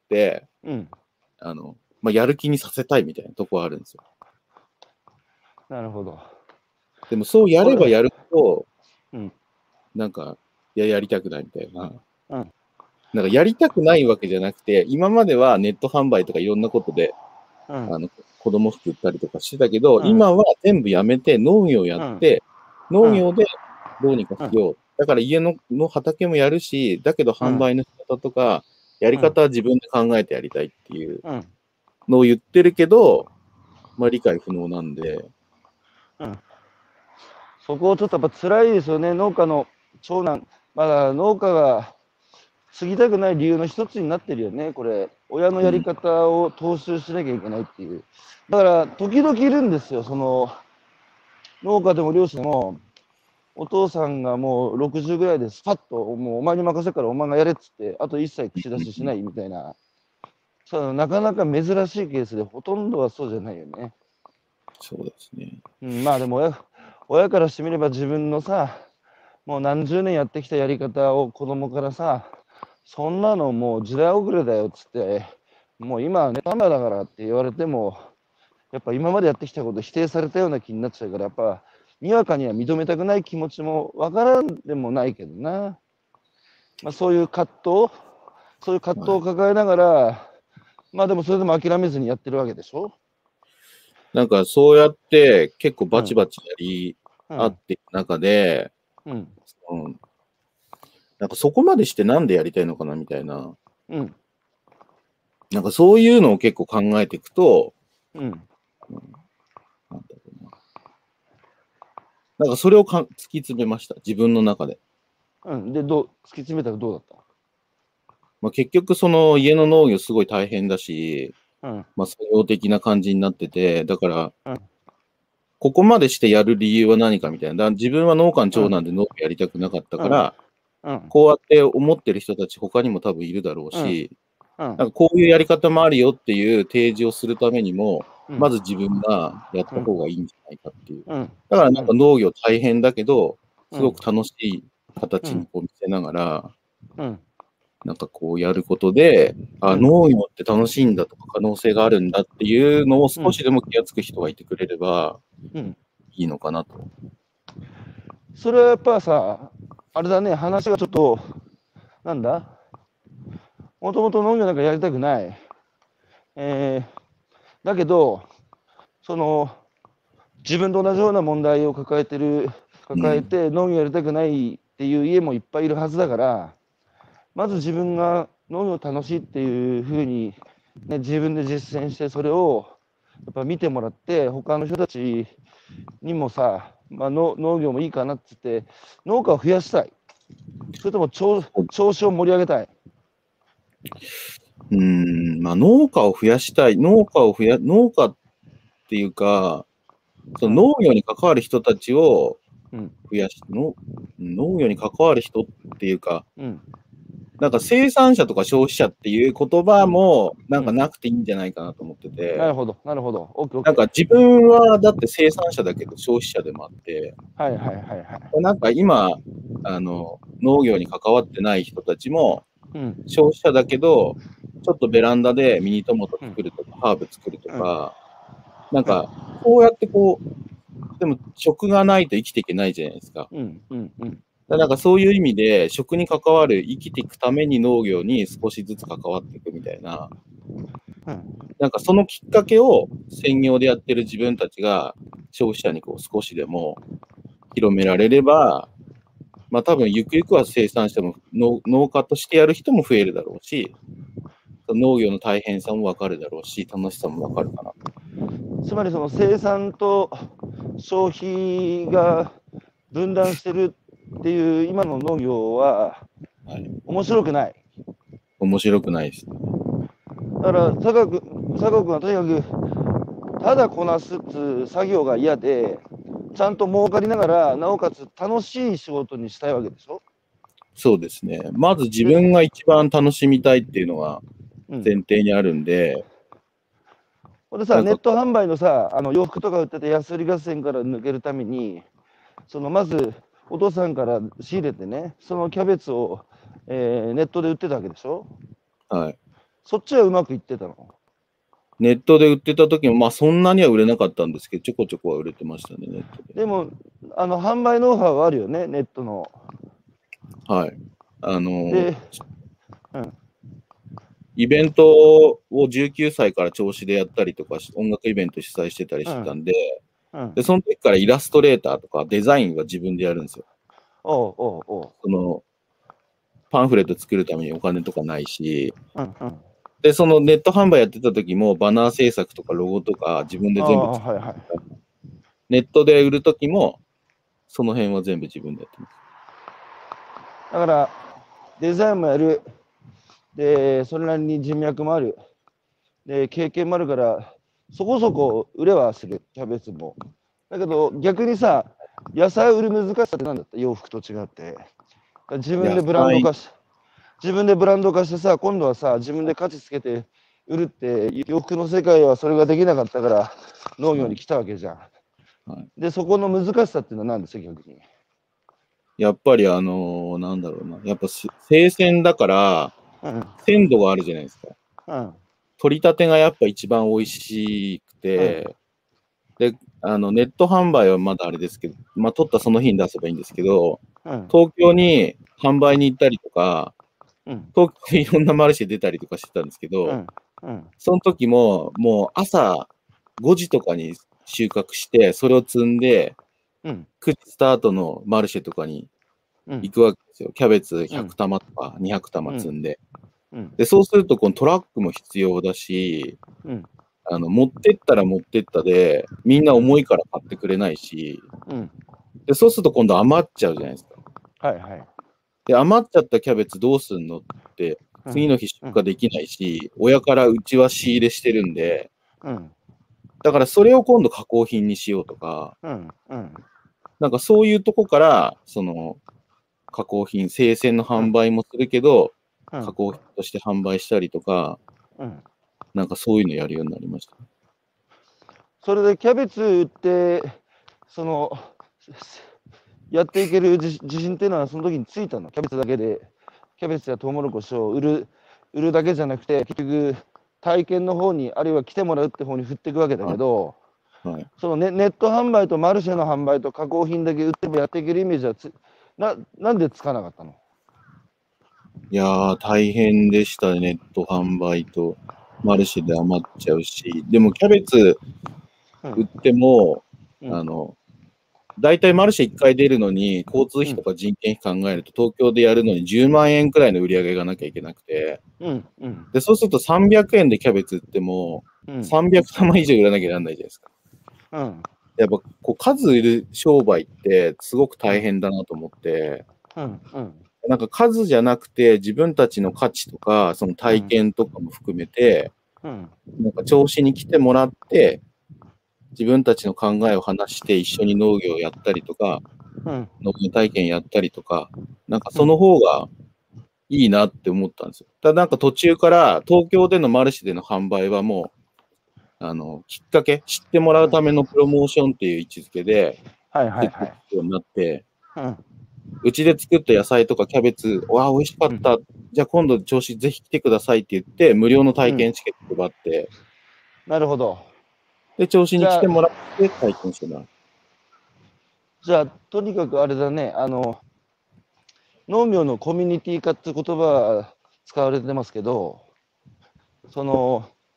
うん、 あの、まあ、やる気にさせたいみたいなとこはあるんですよ。 なるほど。 でもそうやればやると、 うん、 なんか、いや、やりたくないみたいな。 うん、 なんかやりたくないわけじゃなくて、今まではネット販売とかいろんなことで、 うん、 あの、子供服売ったりとかしてたけど、 うん今は全部やめて農業やって、農業でどうにかしよう。だから家のの畑もやるし、だけど販売の仕方とか、やり方は自分で考えてやりたいっていううん、 のを言ってるけど、まあ理解不能なんで。 うん。そこをちょっとやっぱ辛いですよね、農家の長男。まだ農家が継ぎたくない理由の一つになってるよね、これ。親のやり方を踏襲しなきゃいけないっていう。だから、時々いるんですよ、その、農家でも漁師でも、お父さんがもうろくじゅうぐらいでスパッと、もうお前に任せるからお前がやれっつって、あと一切口出ししないみたいな。そうなかなか珍しいケースで、ほとんどはそうじゃないよね。 そうですね。 うん、まあでも親、親からしてみれば自分のさ、もう何十年やってきたやり方を子供からさ、そんなのもう時代遅れだよっつって、もう今はネタだからって言われても、やっぱ今までやってきたこと否定されたような気になっちゃうから、やっぱにわかには認めたくない気持ちもわからんでもないけどな。まあそういう葛藤、そういう葛藤を抱えながら、まあでもそれでも諦めずにやってるわけでしょ。 なんかそうやって結構バチうん、 バチやりうん、 合っていく中で、 うん、 うん、なんかそこまでしてなんでやりたいのかなみたいな、 うん、 なんかそういうのを結構考えていくと、 うん。 うん、なんだろうな。なんかそれをかん突き詰めました、自分の中で。 うん、で、どう、突き詰めたらどうだっまあ、結局その家の農業すごい大変だし、 た？うん、 まあ作業的な感じになってて、だから、 うん、 ここまでしてやる理由は何かみたいな。だから自分は農家の長男で農業やりたくなかったかうん、 ら、 うん、 こうやって思ってる人たち他にも多分いるだろううん、 し、 うん、 なんかこういうやり方もあるよっていう提示をするためにも、 うん、 まず自分がやっうん、 た方がいいんじゃないかっていう。 うん、 だからなんか農業大変だけど、 うん、 すごく楽しい形にこう見せながら、 うん、 なんかこうやることで、あ、 うん、 農業って楽しいんだとか可能性があるんだっていうのを少しでも気がつく人がいてくれればうん。 いいのかなと。 それはやっぱさ、あれだね、話がちょっと、なんだ、もともと農業なんかやりたくない。えー、だけど、その、自分と同じような問題を抱えてる、抱えて農業やりたくないっていう家もいっぱいいるはずだから、まず自分が農業楽しいっていうふうに、ね、自分で実践して、それをやっぱ見てもらって、他の人たちにもさ、まあ、の農業もいいかなっつって、農家を増やしたい。それとも調調子を盛り上げたい。 うーん、まあ農家を増やしたい。農家を増や、農家っていうか、その農業に関わる人たちをうん、 増やし、の農業に関わる人っていうか、 うん、 なんか生産者とか消費者っていう言葉もなんかなくていいんじゃないかなと思ってて、 なるほど、なるほど。オッケーオッケー。 なんか自分はだって生産者だけど消費者でもあって、 はいはいはいはい。 なんか今、あの、農業に関わってない人たちも、 うん、 消費者だけど、ちょっとベランダでミニトマト作るとか、ハーブ作るとか、なんか、こうやってこう、でも食がないと生きていけないじゃないですか。 うん、うん、うん。 だからなんかそういう意味で、食に関わる、生きていくために農業に少しずつ関わっていくみたいな、 うん、 なんかそのきっかけを専業でやってる自分たちが消費者にこう少しでも広められれば、まあ多分ゆくゆくは生産者も農農家としてやる人も増えるだろうし、農業の大変さもわかるだろうし、楽しさもわかるかな。 つまりその生産と消費が分断してるっていう今の農業は面白くない。 面白くないです。 だから佐賀君、佐賀君はとにかくただこなすつ作業が嫌で、ちゃんと儲かりながら、なおかつ楽しい仕事にしたいわけでしょ。 そうですね。まず自分が一番楽しみたいっていうのが前提にあるんで。 これさ、ネット販売のさ、あの洋服とか売ってて安売り合戦から抜けるために、そのまずお父さんから仕入れてね、そのキャベツを、えーネットで売ってたわけでしょ。 はい。 そっちはうまくいってたの？ ネットで売ってた時も、まあそんなには売れなかったんですけど、ちょこちょこは売れてましたね、ネットで。 でも、あの販売ノウハウはあるよね、ネットの。 はい。あのーで、うん、 イベントをじゅうきゅうさいから銚子でやったりとかし、音楽イベント主催してたりしてたんで、 うんうん、 で、その時からイラストレーターとかデザインは自分でやるんですよ。 おうおうおう。 その、パンフレット作るためにお金とかないし、 うんうん、 で、そのネット販売やってた時もバナー制作とかロゴとか自分で全部作る、はいはい、ネットで売る時もその辺は全部自分でやってます。 だからデザインもやる。で、それなりに人脈もある。で、経験もあるから、そこそこ売れはする、キャベツも。だけど、逆にさ、野菜売る難しさって何だった？洋服と違って。自分でブランド化し、自分でブランド化してさ、今度はさ、自分で価値つけて売るって、洋服の世界はそれができなかったから、農業に来たわけじゃん。はい、で、そこの難しさっていうのは何ですか、逆に。 やっぱりあのー、なんだろうな、やっぱ生鮮だから、うん、鮮度があるじゃないですか。うん、取り立てがやっぱ一番美味しくて、うん、で、あの、ネット販売はまだあれですけど、まあ、取ったその日に出せばいいんですけど、うん、東京に販売に行ったりとか、うん、東京にいろんなマルシェ出たりとかしてたんですけど、うんうん、その時ももう朝ごじとかに収穫して、それを積んで、うん、くじスタートのマルシェとかに行くわけですよ。うん、キャベツひゃくたまとかにひゃくたま積んで。うんうん、で、そうするとこのトラックも必要だし、うん、あの持ってったら持ってったで、みんな重いから買ってくれないし、うん、でそうすると今度余っちゃうじゃないですか。はいはい。で、余っちゃったキャベツどうすんのって、次の日出荷できないし、うん、親からうちは仕入れしてるんで、うん、だからそれを今度加工品にしようとか、うんうん、なんかそういうとこから、その、加工品、生鮮の販売もするけど、うん、加工品として販売したりとか、うん、なんかそういうのやるようになりました。 それでキャベツ売って、その、やっていける自信っていうのはその時についたの？キャベツだけで、キャベツやトウモロコシを売る、売るだけじゃなくて、結局、体験の方に、あるいは来てもらうって方に振っていくわけだけど、はいはい、その ネ, ネット販売とマルシェの販売と加工品だけ売ってもやっていけるイメージはつな、なんでつかなかったの？ いやー、大変でしたね、ネット販売とマルシェで余っちゃうし、でもキャベツ売っても、うん、あの、大体マルシェいっかい出るのに、交通費とか人件費考えると、東京でやるのにじゅうまんえんくらいの売り上げがなきゃいけなくて、うんうん、でそうするとさんびゃくえんでキャベツ売っても、さんびゃくたま以上売らなきゃならないじゃないですか。うん、やっぱこう数売る商売ってすごく大変だなと思って、うんうん、なんか数じゃなくて自分たちの価値とか、その体験とかも含めて、うん、なんか銚子に来てもらって、自分たちの考えを話して一緒に農業をやったりとか、うん、農業体験やったりとか、なんかその方がいいなって思ったんですよ。ただなんか途中から東京でのマルシェでの販売はもう、あの、きっかけ、知ってもらうためのプロモーションっていう位置づけで、はいはいはい。ようになって、うちで作った野菜とかキャベツ、わあ、美味しかった。うん、じゃあ今度銚子ぜひ来てくださいって言って、無料の体験チケット配って、 うん、なるほど。 で、銚子に来てもらって体験してもらう。 じゃあ、とにかくあれだね、あの、農業のコミュニティ化って言葉は使われてますけど、その、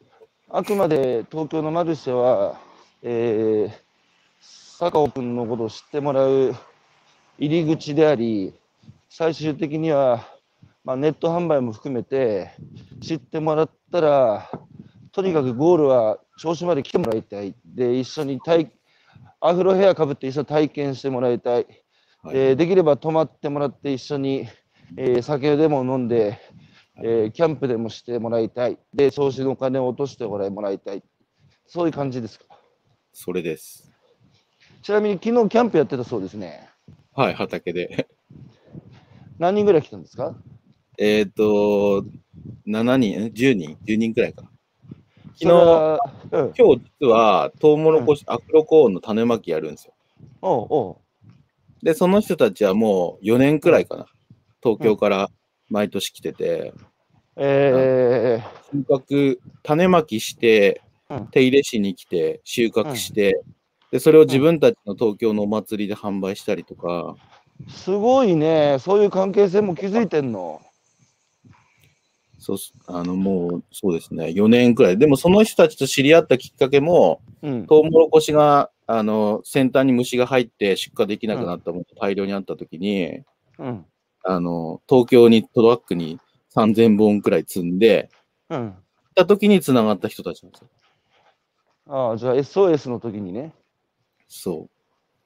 あくまで東京のマルシェは、えー、坂尾君のことを知ってもらう入り口であり、最終的には、まあ、ネット販売も含めて知ってもらったら、とにかくゴールは銚子まで来てもらいたい。で、一緒に体アフロヘアかぶって一緒に体験してもらいたい。 はい、 で、できれば泊まってもらって一緒に、えー、酒でも飲んで、えー、キャンプでもしてもらいたい。で、銚子のお金を落としてもらいたい。そういう感じですか。 それです。 ちなみに昨日キャンプやってたそうですね。 はい、畑で。 何人ぐらい来たんですか？ えっと、しちにん、じゅうにん、じゅうにんくらいかな。昨日、 それは、うん、 今日実はトウモロコシ、うん、アフロコーンの種まきやるんですよ。 おうおう。 で、その人たちはもうよねんくらいかな。うん、東京から毎年来てて、 うん、えー、収穫、種まきして、手入れしに来て、収穫して、うん、で、それを自分たちの東京のお祭りで販売したりとか。 すごいね。そういう関係性も築いてんの。 そうあのもうそうですね、よねんくらい。でもその人たちと知り合ったきっかけも、うん、トウモロコシがあの先端に虫が入って出荷できなくなったものが大量にあったときに、うん、あの、東京にトラックにさんぜんぼんくらい積んで、うん、たときにつながった人たちなんですよ。 ああ、じゃあ エスオーエス の時にね。 そう。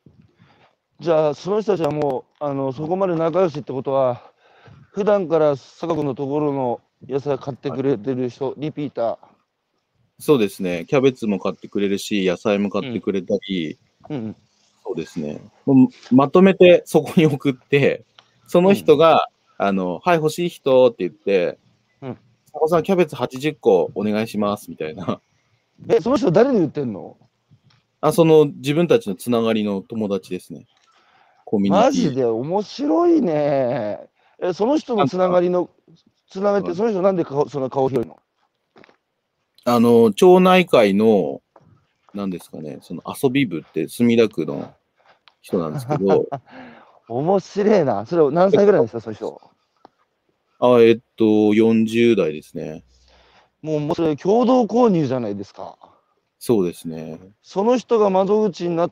じゃあその人たちはもうあのそこまで仲良しってことは、普段から坂君のところの野菜買ってくれてる人、はい、リピーター。 そうですね。キャベツも買ってくれるし、野菜も買ってくれたり、うんうん、そうですね。もうまとめてそこに送って、その人が、うん、あの、はい、欲しい人って言って、うん、坂さん、キャベツはちじゅっこお願いしますみたいな。 え、その人誰に言ってんの？ あ、その自分たちのつながりの友達ですね。コミュニティ。 マジで面白いね。え、その人のつながりの、つながりって、その人なんで顔その顔広いの？ あの、町内会の、なんですかね、その遊び部って墨田区の人なんですけど。 面白いな。それ何歳ぐらいですか、その人。 あ、えっと、よんじゅう代ですね。 もう、もうそれ共同購入じゃないですか。 そうですね。 その人が窓口になって、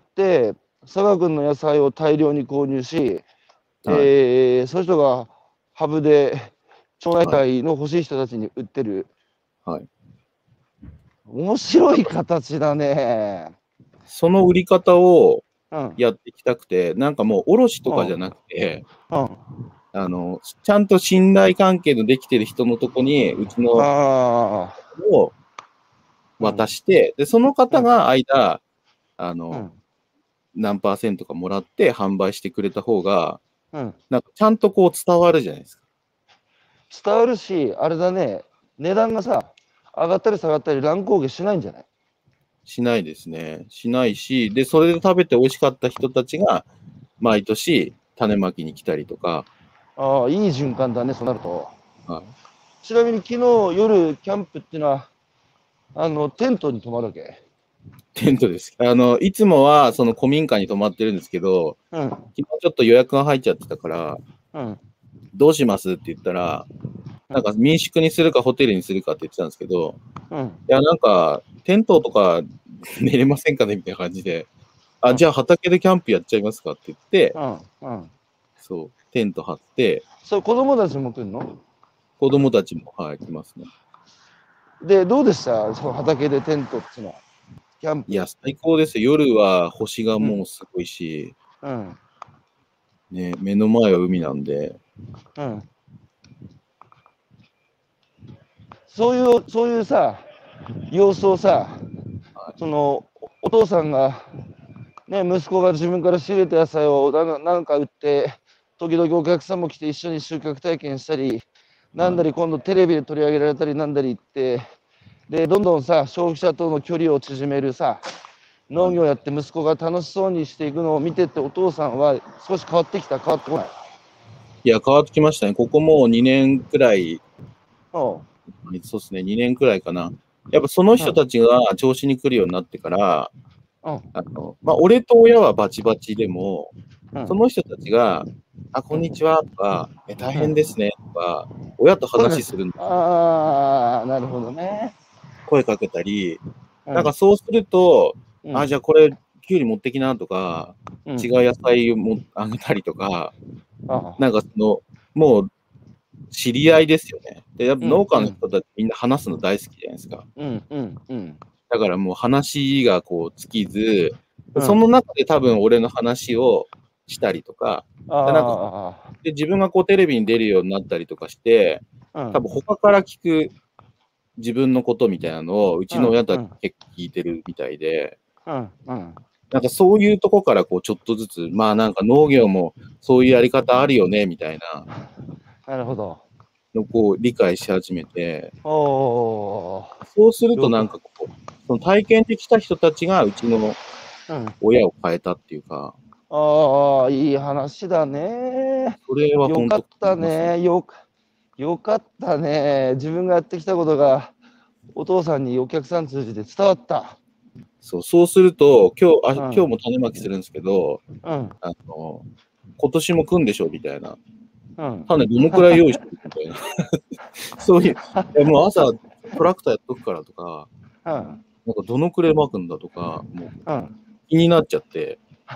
佐賀君の野菜を大量に購入し、はい、えー、その人がハブで町内会の欲しい人たちに売ってる。はい。面白い形だね。 その売り方をやっていきたくて、うん、なんかもう卸とかじゃなくて、うんうん、あの、ちゃんと信頼関係のできてる人のとこに、うちのを渡して、で、その方が間、あの、何パーセントかもらって販売してくれた方が、なんかちゃんとこう伝わるじゃないですか。 伝わるし、あれだね、値段がさ、上がったり下がったり乱高下しないんじゃない？ しないですね。しないし、で、それで食べて美味しかった人たちが、毎年種まきに来たりとか。 ああ、いい循環だね、そうなると。はい、ちなみに昨日夜キャンプっていうのは、あの、テントに泊まるわけ？ テントです。あの、いつもはその古民家に泊まってるんですけど、うん、昨日ちょっと予約が入っちゃってたから、うん、どうしますって言ったら、なんか民宿にするかホテルにするかって言ってたんですけど、うん、いや、なんか、テントとか寝れませんかねみたいな感じで、あ、うん、じゃあ畑でキャンプやっちゃいますかって言って、うんうん、そう、テント張って。 それ子供たちも来るの？ 子供たちも、はい、来ますね。 で、どうでしたその畑でテントっていうのは。キャンプ。 いや、最高ですよ。夜は星がもうすごいし、うん、ね、目の前は海なんで。うん。 そういう、そういうさ、様子をさ、はい、その、お父さんが、ね、息子が自分から仕入れた野菜をなんなんか売って、時々お客さんも来て一緒に収穫体験したり、なんだり今度テレビで取り上げられたりなんだりって、で、どんどんさ、消費者との距離を縮めるさ、農業やって息子が楽しそうにしていくのを見てて、お父さんは少し変わってきた、変わってこない？ いや、変わってきましたね。ここもうにねんくらい、そうですね、にねんくらいかな。やっぱその人たちが調子に来るようになってから、うん、あのまあ、俺と親はバチバチでも、うん、その人たちが、あ、こんにちはとか、え大変ですねとか、親と話するんだ。 ああ、なるほどね。 声かけたり、 うん、 なんかそうすると、 うん、 あ、じゃあこれ、きゅうり持ってきなとか、 うん、 違う野菜をもあげたりとか、 あなんかその、もう知り合いですよね。で、やっぱうん、 農家の人たちみんな話すの大好きじゃないですか。 うん、うん、うん、 だからもう話がこう尽きず、 うん、 その中で多分俺の話をしたりとか、で、なんか、 あで、自分がこうテレビに出るようになったりとかして、 あ、うん、 多分他から聞く自分のことみたいなのをうちの親たち結構聞いてるみたいで、 うん、うん、 なんかそういうとこからこうちょっとずつ、まあなんか農業もそういうやり方あるよねみたいななるほど。 のをこう理解し始めて、 おー、 そうすると了解。 なんかこう、その体験できた人たちがうちのうん。 親を変えたっていうか、 ああ、いい話だね。 それは本当よかった感じますね。 ね。よ、よかったね。自分がやってきたことが、お父さんにお客さん通じて伝わった。 そう、そうすると、今日、あ、 うん、 今日も種まきするんですけど、 うん、 あの、今年も来んでしょみたいな。 うん。 種どのくらい用意してるみたいな。そういう、いやもう朝トラクターやっとくからとか、 うん、 なんかどのくらいまくんだとか、もううん。 気になっちゃって、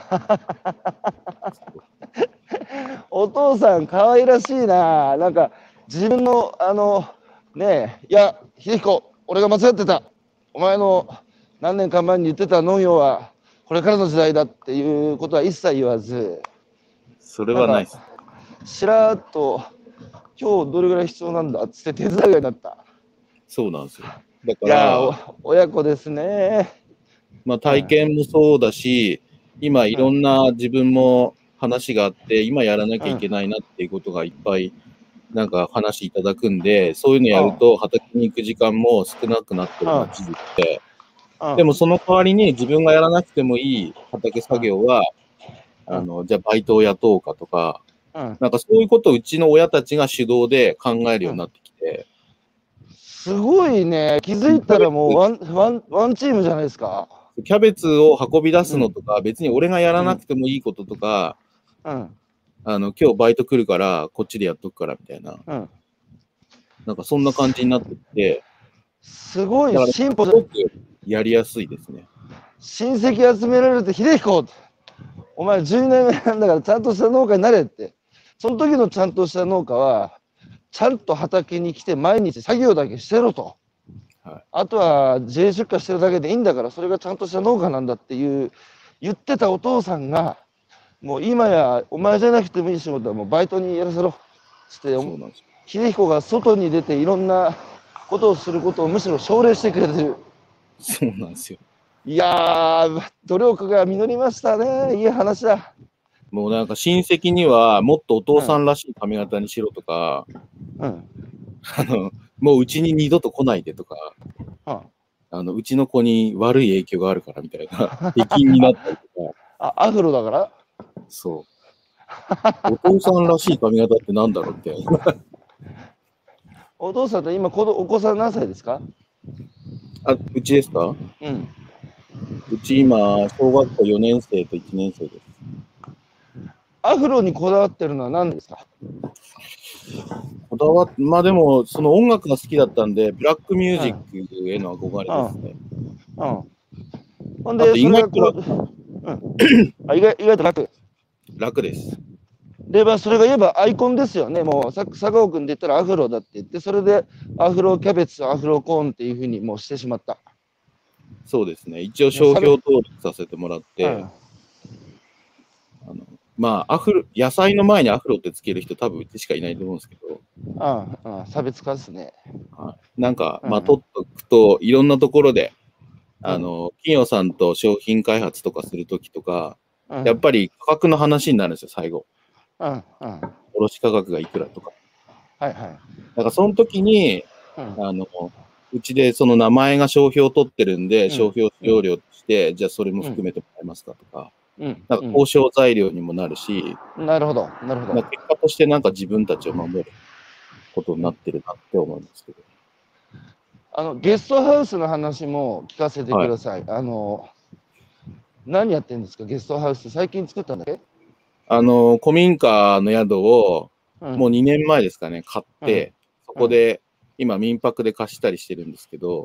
お父さん、可愛らしいな。なんか、自分の、あの、ねえ、いや、秀彦、俺が間違ってた。お前の何年か前に言ってた農業は、これからの時代だっていうことは一切言わず、 それなんか、 はないです。 しらっと、今日どれぐらい必要なんだっつって手伝うようになった。 そうなんですよ。だかいやー、 ら、 お親子ですね。 まあうん、 体験もそうだし、今いろんな自分も話があって、今やらなきゃいけうん、 ないなっていうことがいっぱいなんか話いただくんで、そういうのやるうん、 と畑に行く時間も少なくなってうん、 るのは事実で、 うん、 でもその代わりに自分がやらなくてもいい畑うん、 作業は、 うん、 あの、じゃあバイトを雇おうかとか、 うん。 なんかそういうことをうちの親たちが主導で考えるようになってきて、 すごいね。気づいたらもうワン、ワン、ワンチームじゃないですか。 キャベツを運び出うん、 すのとか、別に俺がやらうん、 なくてもいいこととか、 うん、 あの、今日バイト来るから、こっちでやっとくからみたいな、 うん。 なんかそんな感じになってきて、 すごいだからす進歩じゃ、 ごくやりやすいですね。 親戚集められて、秀彦、お前じゅうねんめなんだからちゃんとした農家になれって。その時のちゃんとした農家は、ちゃんと畑に来て毎日作業だけしてろと。 はい、 あとは自営出荷してるだけでいいんだから、それがちゃんとした農家なんだっていう言ってたお父さんが、もう今やお前じゃなくてもいい仕事はもうバイトにやらせろつって、 そうなんですよ。 秀彦が外に出ていろんなことをすることをむしろ奨励してくれてる。 そうなんですよ。 いやー、努力が実りましたね。いい話だ。 もうなんか親戚には、もっとお父うん、 さんらしい髪型にしろとか、 うん、 あの、もううちに二度と来ないでとか、 うん。 あの、うちの子に悪い影響があるからみたいな、出禁になったりとか、 あ、アフロだからそう。お父さんらしい髪型ってなんだろうみたいな。 お父さんと今子ど、お子さん何歳ですか？ あ、うちですか？ うん。 うち今、小学校よねん生といちねん生です。 アフロにこだわってるのは何ですか？ こだわっ、まあでも、その音楽が好きだったんで、ブラックミュージックへの憧れですね。 うん。ほんあとで、それがこ意外と楽、 う、うん。あ、意外、意外と楽。 楽です。 で、まあ、それが言えばアイコンですよね。もう、さ佐川君で言ったらアフロだって言って、それでアフロキャベツ、アフロコーンっていうふうにもうしてしまった。 そうですね。一応もう差別、 商標登録させてもらっうん。 て、あの、まあ、アフロ、野菜の前にアフロってつける人多分うちしかいないと思うんですけど、 うん、うん、差別化ですね。 はい、なんか、 うん、 まあ、取っとくと、いろんなところで、 うん、 あの、企業さんと商品開発とかするときとか、 うん、 やっぱり価格の話になるんですよ、最後。 うん、うん。はい卸価格がいくらとか。 はい。 だからその時に、 うん、 あの、うちでその名前が商標を取ってるんで、 うん、 商標使うん、 用料として、じゃあそれもうん、 含めてもらえますかとか、 うん、 なんか交渉材料にもなるし、 うん。なるほど、なるほど。 まあ、結果としてなんか自分たちを守ることになってるなって思いますけど。 あの、ゲストハウスの話も聞かせてくはい。 ださい。あの、何やってんですか、ゲストハウス。最近作ったんだっけ？ あの、古民家の宿を、 うん、 もうにねんまえですかね、買っうん、 て、そうん、 こで、今民泊で貸したりしてるんですけど、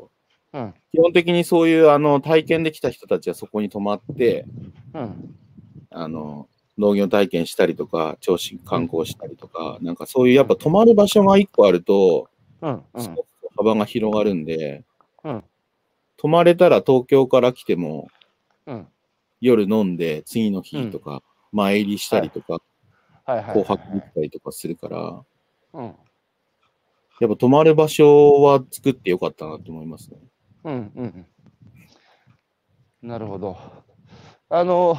うん。 基本的にそういうあの体験できた人たちはそこに泊まって、 うん。 あの農業体験したりとか、銚子観光したりとか、 うん、 なんかそういうやっぱ泊まる場所が一個あると、 うん。うん。 すごく幅が広がるんで、 うん。 泊まれたら東京から来ても、 うん。 夜飲んで次のうん。 日とか、前入りしたはい。 りとか、 はいはいはい紅白できはい。 たりとかするから、 うん。 やっぱ泊まる場所は作ってよかったなと思いますね。 うん。うん。なるほど。あの、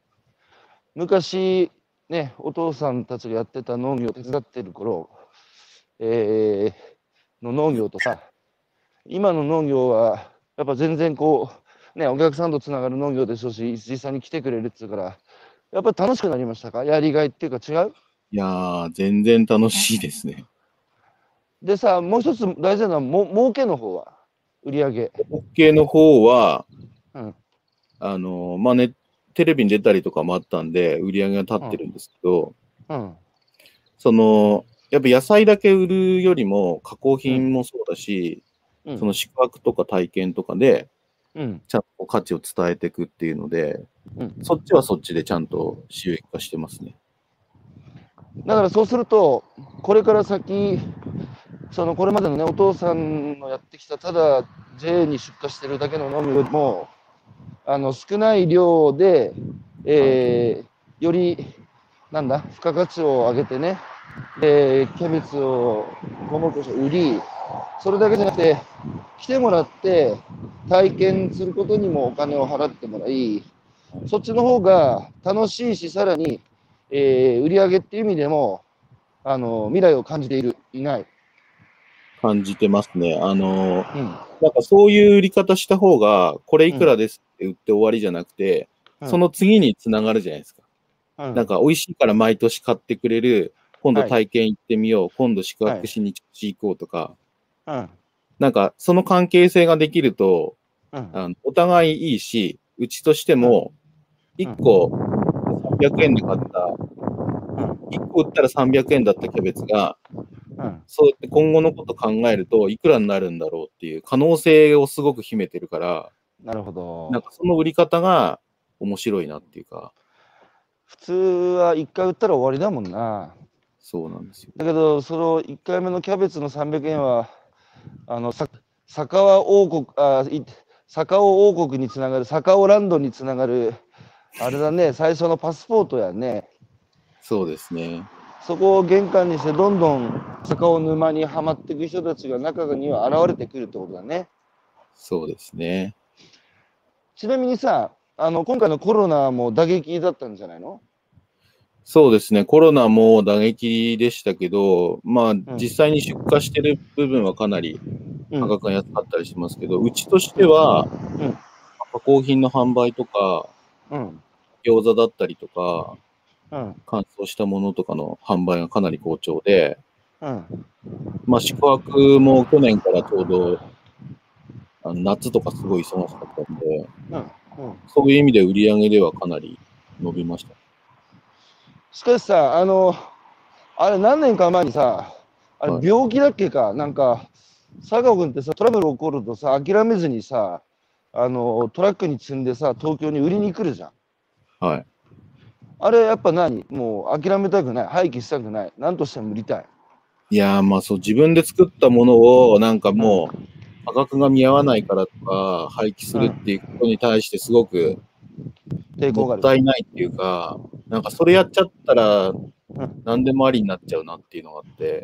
昔、ね、お父さんたちがやってた農業を手伝ってる頃、えー、の農業とさ、今の農業は、やっぱ全然こう、ね、お客さんとつながる農業でしょうし、実際に来てくれるっていうから、やっぱり楽しくなりましたか？やりがいっていうか違う？ いやー、全然楽しいですね。 でさ、もう一つ大事なのは、も儲けの方は、売り上げ。 OK の方は、 うん。 あの、まあね、テレビに出たりとかもあったんで、売り上げが立うん。 ってるんですけど、 うん。 その、やっぱ野菜だけ売るよりも、加工うん。 品もそうだし、 うん。 その宿泊とか体験とかで、 うん。 ちゃんと価値を伝えていくっていうので、 うん。 そっちはそっちでちゃんと収益化してますね。 だからそうすると、これから先、そのこれまでのね、お父さんのやってきた、ただ ジェー に出荷してるだけの農業よりも、あの少ない量で、 はい。 えー、より、なんだ、付加価値を上げてね、で、キャベツをトウモロコシを売り、それだけじゃなくて、来てもらって体験することにもお金を払ってもらい、 はい、 そっちの方が楽しいし、さらに、えー、売り上げっていう意味でも、あの、未来を感じている、いない。 感じてますね。あの、 うん。 なんかそういう売り方した方が、これいうん。 くらですって売って終わりじゃなくて、 うん。 その次につながるじゃないですか。 うん。 なんか美味しいから毎年買ってくれる、今度はい。 体験行ってみよう、今度宿はい。 泊しに行こうとか、 うん。 なんかその関係性ができると、 うん。 あのお互いいいし、うちとしてうん。 も、1 うん。 個さんびゃくえんで買った、いっこ売ったらさんびゃくえんだったキャベツが、 うん。 そうやって今後のこと考えると、いくらになるんだろうっていう可能性をすごく秘めてるから、 なるほど。 なんかその売り方が面白いなっていうか、 普通はいっかい売ったら終わりだもんな。 そうなんですよ。 だけど、そのいっかいめのキャベツのさんびゃくえんは、あの、さ坂川王国、あ、い坂尾王国につながる、坂尾ランドにつながる、あれだね、最初のパスポートやね。 そうですね。 そこを玄関にして、どんどん坂尾沼にはまっていく人たちが中には現れてくるってことだね。 そうですね。 ちなみにさ、あの、今回のコロナも打撃だったんじゃないの？ そうですね。コロナも打撃でしたけど、まあ、 うん。 実際に出荷してる部分はかなりうん。 価格が安かったりしますけど、うちとしうん。 ては、 うん。 加工品の販売とか、 うん。 餃子だったりとか、 うん。 乾燥したものとかの販売がかなり好調で、 うん。 まあ、宿泊も去年からちょうど、あの夏とかすごい忙しかったんで、 うん。うん。 そういう意味で売り上げではかなり伸びました。 しかしさ、あの、あれ何年か前にさ、あれはい。 病気だっけか、なんか、佐川君ってさ、トラブル起こるとさ、諦めずにさ、あの、トラックに積んでさ、東京に売りに来るじゃん。 はい。 あれやっぱ何もう諦めたくない。廃棄したくない。何としても売りたい。 いやー、まあそう、自分で作ったものを、なんかうん。 もう、価格が見合わないからとか、廃棄するっていうことに対してすごくもっ抵抗がある。 たいないっていうか、なんかそれやっちゃったらうん。 何でもありになっちゃうなっていうのがあって、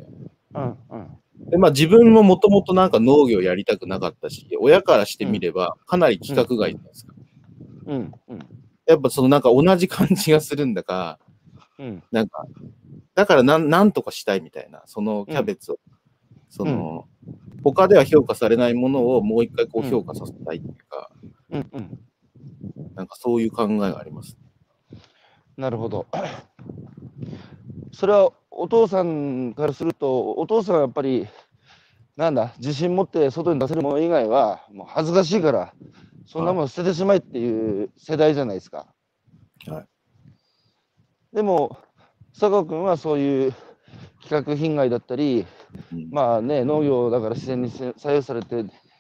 うん。うん。 で、まあ自分ももともとなんか農業やりたくなかったし、親からしてうん。 みればかなり規格外じゃないですか。 うん。うん。 やっぱそのなんか同じ感じがするんだか、 うん。 なんか、だからなんなんとかしたいみたいな、そのキうん。 ャベツを、そうん。 の、他では評価されないものをもう一回こううん。 評価させたいっていうか、 うん。うん。 なんかそういう考えがあります。 なるほど。それはお父さんからすると、お父さんはやっぱり、なんだ、自信持って外に出せるもの以外は、もう恥ずかしいから、そんなはい。 もの捨ててしまえっていう世代じゃないですか。 はい。 でも、佐川君はそういう規格品外だったり、 うん。 まあね、農業だから自然に左右されて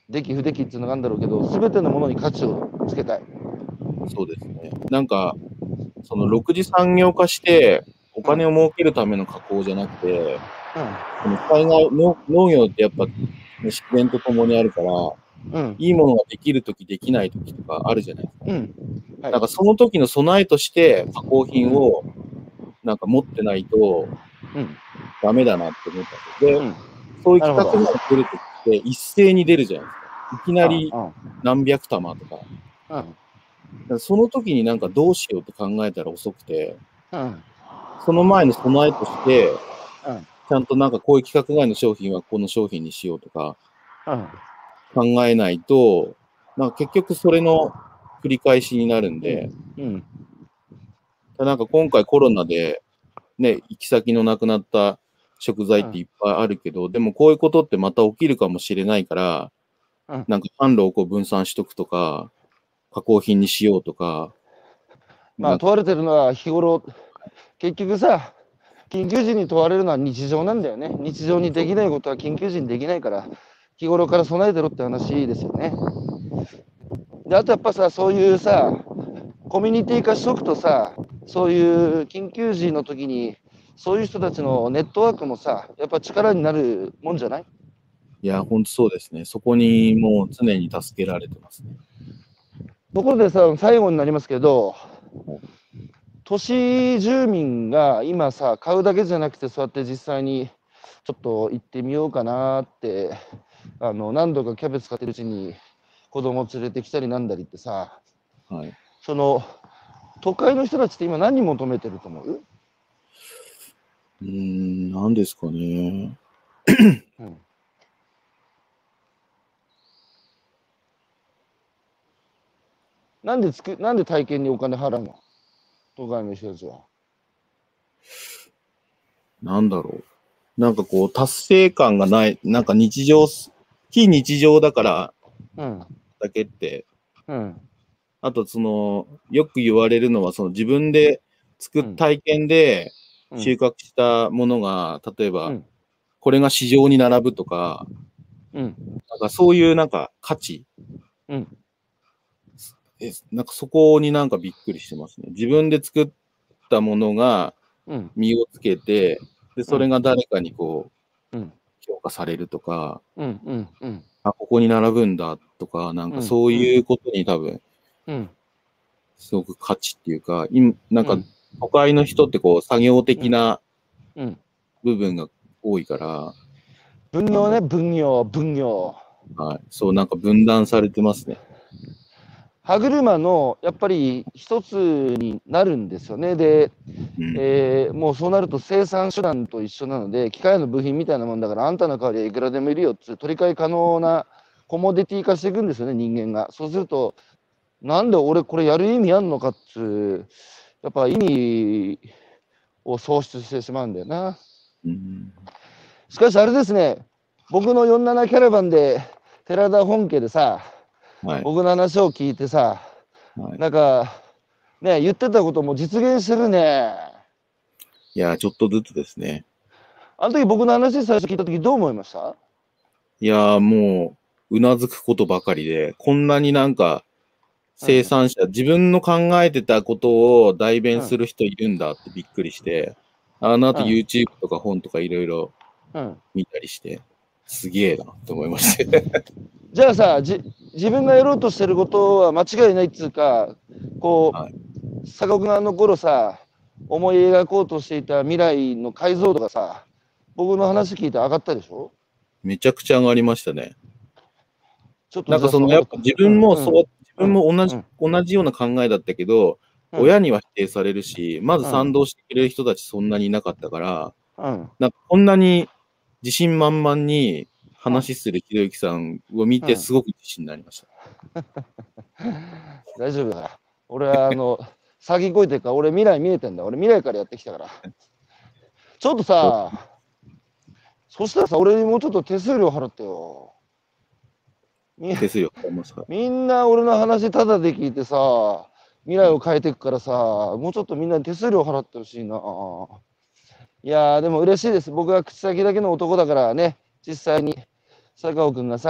でき不できっていうのがあるんだろうけど、すべてのものに価値をつけたい。 そうですね。なんか、そのろく次産業化して、お金を儲けるための加工じゃなくて、その災害農、農業ってやっぱ、ね、自然と共にあるから、 うん。 いいものができるとき、できないときとかあるじゃないですか。 うん。はい。 なんかその時の備えとして加工品をなんか持ってないとうん。 ダメだなって思ったんですよ。で、 うん。 そういうなるほど。 企画が出るときって一斉に出るじゃないですか。いきなりうん。 何百玉とか。 うん。 だからその時になんかどうしようって考えたら遅くて、 うん。 その前の備えとして、 うん。 ちゃんとなんかこういう規格外の商品はこの商品にしようとかうん。 考えないと、なんか結局それの繰り返しになるんで、 うん。 なんか今回コロナでね、行き先のなくなった食材っていっぱいあるけど、でもこういうことってまた起きるかもしれないから、 うん。 なんか販路をこう分散しとくとか、加工品にしようとか、 まあ、問われてるのは日頃、結局さ、緊急時に問われるのは日常なんだよね。日常にできないことは緊急時にできないから、日頃から備えてろって話ですよね。で、あとやっぱさ、そういうさ、コミュニティ化しとくとさ、そういう緊急時の時に、そういう人たちのネットワークもさ、やっぱ力になるもんじゃない？ いや、ほんとそうですね。そこにもう常に助けられてますね。 ところでさ、最後になりますけど、都市住民が今さ、買うだけじゃなくて、そうやって実際にちょっと行ってみようかなって、あの何度かキャベツ買ってるうちに子供連れてきたりなんだりってさ、 はい。 その都会の人たちって今何求めてると思う？ うーん、何ですかね。 うん、なんでつく、なんで体験にお金払うの？都会の人たちは。 なんだろう。なんかこう、達成感がない、なんか日常、非日常だからうん。 だけって、 うん。 あとその、よく言われるのは、その自分で作っうん。 体験でうん。 収穫したものが、例えば、 うん。 これが市場に並ぶとか、 うん。 なんかそういうなんか価値、 うん。 えなんかそこになんかびっくりしてますね。自分で作ったものがうん。 実をつけて、で、それが誰かにこう、 うん。 評価されるとか、 うん。うん。うん。 あ、ここに並ぶんだとか、なんかうん。 そういうことに多分、 うん。 すごく価値っていうか、今、なんかうん。 都会の人ってこう、作業的なうん。 部分が多いから、 分業ね、 なんだろ分業、分業。 う。はい。そう、なんか分断されてますね。 歯車のやっぱり一つになるんですよね。で、 うん。 えーもうそうなると生産手段と一緒なので、機械の部品みたいなもんだから、あんたの代わりはいくらでもいるよって、取り替え可能なコモディティ化していくんですよね、人間が。そうすると、なんで俺これやる意味あんのかっつう、やっぱ意味を喪失してしまうんだよな。 うん。 しかしあれですね、僕のよんじゅうななキャラバンで、寺田本家でさ、 はい。 僕の話を聞いてさ、 はい。 なんか、ね、言ってたことも実現してるね。 いや、ちょっとずつですね。 あの時僕の話最初聞いた時どう思いました？ いやー、もう、うなずくことばかりで、こんなになんか、生産者、自分の考えてたことを代弁する人いるんだってびっくりして、あの後うん YouTube とか本とかいろいろうん見たりして、すげえなって思いまして。 じゃあさ、じ自分がやろうとしてることは間違いないっつうか、こはい。 う、坂奥があの頃さ、思い描こうとしていた未来の解像度がさ、僕の話聞いて上がったでしょ？ めちゃくちゃ上がりましたね。 ちょっとじゃあなんかその、やっぱその後、 自うんう分もそう、 ん自分も同じ、 うん同じような考えだったけど、 うん親には否定されるし、まずうん賛同してくれる人たちそんなにいなかったから、 うんなんかこんなに自信満々にうん話するひろゆきさんを見うんてすごく自信になりました。 大丈夫だから。俺はあの、先越えてるから、俺未来見えてんだ。俺未来からやってきたから。ちょっとそうさ、そしたらさ、俺にもうちょっと手数料払ってよ。み手数料かかりますか？ みんな俺の話タダで聞いてさ、未来を変えていくからさ、もうちょっとみんなに手数料払ってほしいな。いやー、でも嬉しいです。僕は口先だけの男だからね、実際に坂尾くんがさ、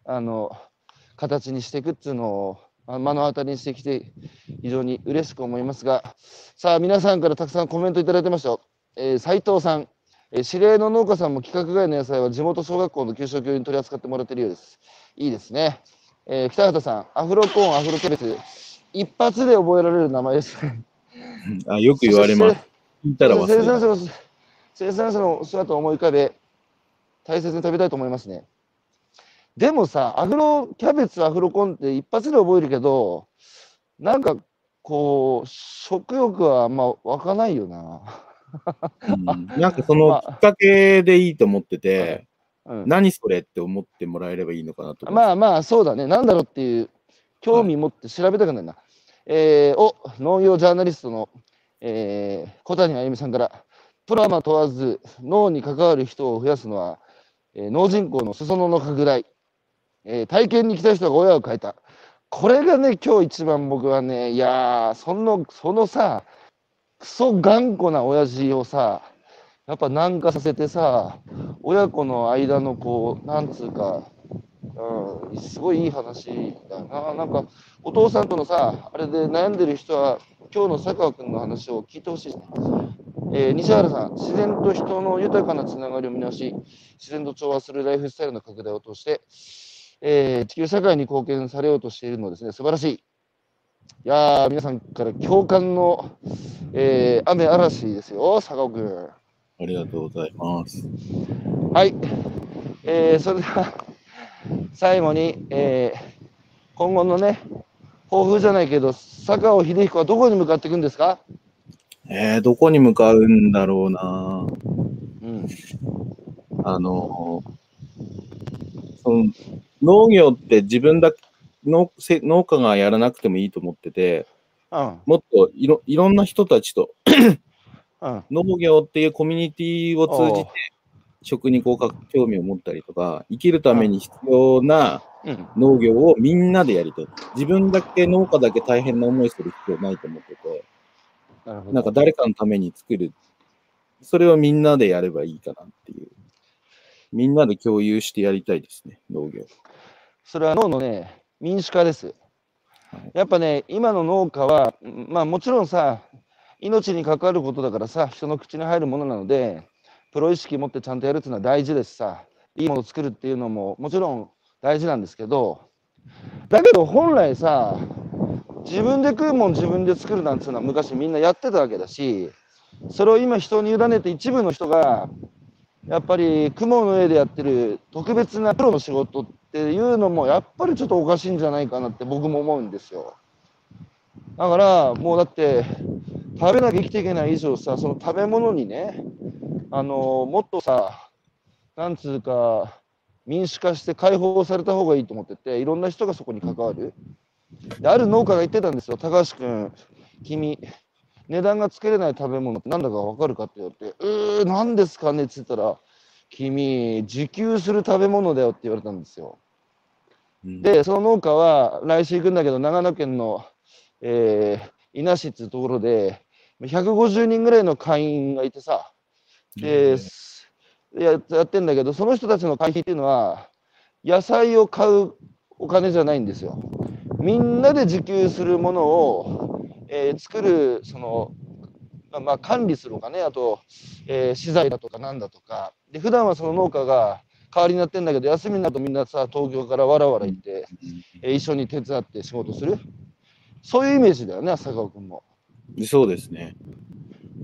あの形にしていくっていうのをあ目の当たりにしてきて非常に嬉しく思いますが、さあ皆さんからたくさんコメントいただいてましたよ。えー、斉藤さん、えー、指令の農家さんも規格外の野菜は地元小学校の給食用に取り扱ってもらっているようです。いいですね。えー、北畑さん、アフロコーン、アフロキャベツ、一発で覚えられる名前ですね。 あ、よく言われます。聞いたら忘れない。 生産者の生産者の姿を思い浮かべ、大切に食べたいと思いますね。でもさ、アフロキャベツ、アフロコーンって一発で覚えるけど、なんかこう、食欲はあんま湧かないよな。 うん、なんかそのまきっかけでいいと思ってて、 あ、うん、 何それって思ってもらえればいいのかなと思います。 まあまあ、そうだね。なんだろうっていう興味持って調べたくないな。えーお、農業ジャーナリストの、えー小谷あゆみさんから、プロアマ問わず農に関わる人を増やすのは、えー農人口の裾野の拡大、えー体験に来た人が親を変えた。これがね、今日一番僕はね、いやー、その、そのさ、クソ頑固な親父をさ、やっぱ軟化させてさ、親子の間のこう、なんつうか、うん、すごいいい話だよな。なんか、お父さんとのさ、あれで悩んでる人は、今日の佐川君の話を聞いてほしいですね。えー西原さん、自然と人の豊かなつながりを見直し、自然と調和するライフスタイルの拡大を通して、えー地球社会に貢献されようとしているのですね、素晴らしい。いやー、皆さんから共感の、えー雨嵐ですよ、佐川君。 ありがとうございます。 はい、えーそれでは最後に、えー今後のね、抱負じゃないけど、佐川秀彦はどこに向かっていくんですか？ えー、どこに向かうんだろうな。 うん、 あの、その農業って自分だけ農せ農家がやらなくてもいいと思ってて、 うん、 もっといろいろんな人たちとうん。 農業っていうコミュニティを通じてお食にこうか興味を持ったりとか、生きるたうん、 めに必要なうん。 農業をみんなでやりたい。自分だけ農家だけ大変な思いする必要ないと思ってて、 なるほど。 なんか誰かのために作る。それをみんなでやればいいかなっていう。みんなで共有してやりたいですね、農業。 それは脳のね、民主化です。 はいやっぱね、今の農家は、まあもちろんさ、命に関わることだからさ、人の口に入るものなので、プロ意識持ってちゃんとやるっていうのは大事ですさ、いいものを作るっていうのももちろん大事なんですけど、だけど本来さ、自分で食うもん自分で作るなんていうのは昔みんなやってたわけだし、それを今人に委ねて一部の人がやっぱり雲の上でやってる特別なプロの仕事っていうのもやっぱりちょっとおかしいんじゃないかなって僕も思うんですよ。だからもうだって食べなきゃ生きていけない以上さ、その食べ物にね、あのもっとさ、なんつうか民主化して解放された方がいいと思ってて、いろんな人がそこに関わる。である農家が言ってたんですよ。高橋君、君値段がつけれない食べ物って何だか分かるかって言われて、うー何ですかねって言ったら、君自給する食べ物だよって言われたんですよ。 うん、 でその農家は来週行くんだけど、長野県の、えー伊那市っていうところでひゃくごじゅうにんぐらいの会員がいてさ、で、ややってんだけど、その人たちの会費っていうのは野菜を買うお金じゃないんですよ。みんなで自給するものを、えー作るその、まあ、まあ管理するのかね、あと、えー資材だとかなんだとかで、普段はその農家が代わりになってんだけど、休みになるとみんなさ東京からわらわら行って、えー一緒に手伝って仕事する、そういうイメージだよね、浅川君も。 そうですね。 うん。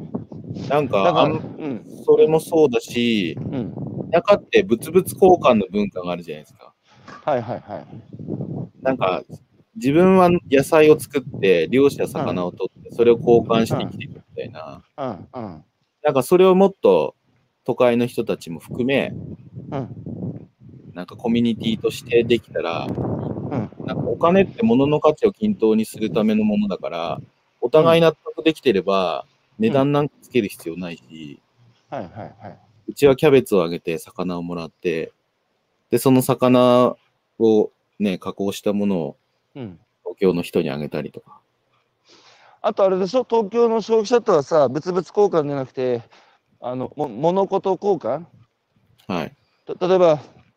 なんか、 だから、 あん、 うん、 それもそうだし、 うん、 田舎って物々交換の文化があるじゃないですか。 はいはいはい。 なんか、自分は野菜を作って、漁師やうん、 魚を取って、それを交換しうん、 て生きていくみたいな。 うん、うん、 なんかそれをもっと都会の人たちも含め、 うん、 なんかコミュニティとしてできたら、 うん、 なんかお金って物の価値を均等にするためのものだから、お互い納得できてれば、値段なんかつける必要ないし、 はいはいはい。 うちはキャベツをあげて魚をもらって、で、その魚をね、加工したものをうん東京の人にあげたりとか。 あとあれでしょ、東京の消費者とはさ、物々交換じゃなくて、あのも物事交換、 はい。 た例えば、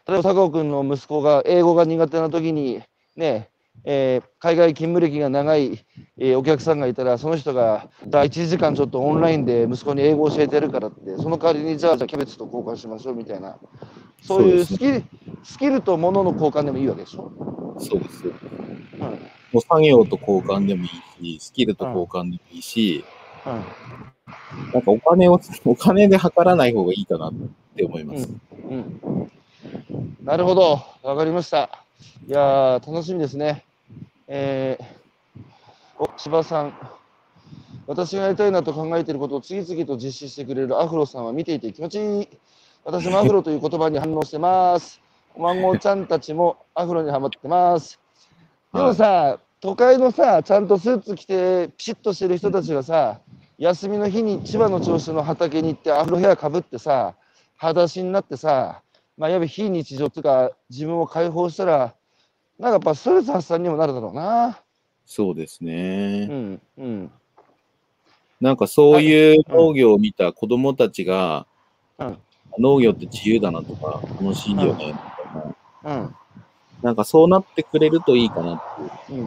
例えば坂尾君の息子が英語が苦手な時にね、えー海外勤務歴が長い、えーお客さんがいたら、その人がじゃあいちじかんちょっとオンラインで息子に英語を教えてやるからって、その代わりにじゃあじゃあキャベツと交換しましょうみたいな、そうそうですね。 いうスキル、スキルと物の交換でもいいわけでしょ。 そうです。 うんうんもう作業と交換でもいいし、スキルと交換でもいいし、なんかお金を、お金で測らない方がいいかなって思います。 うんうんなるほど、わかりました。いやー、楽しみですね。えー、お、柴さん。私がやりたいなと考えていることを次々と実施してくれるアフロさんは見ていて気持ちいい。私もアフロという言葉に反応してます。お孫ちゃんたちもアフロにハマってます。でもさ、都会のさ、ちゃんとスーツ着てピシッとしてる人たちがさ、休みの日に千葉の銚子の畑に行ってアフロヘアかぶってさ、裸足になってさ、まあ、やべ非日常とか自分を解放したら、なんかやっぱストレス発散にもなるだろうな。 そうですね。 うん、うん。 なんかそういうはい農業を見た子供たちが、 うん、 農業って自由だなとか、楽しいよね、みたいな。 うん、 なんかそうなってくれるといいかなっていう。 うん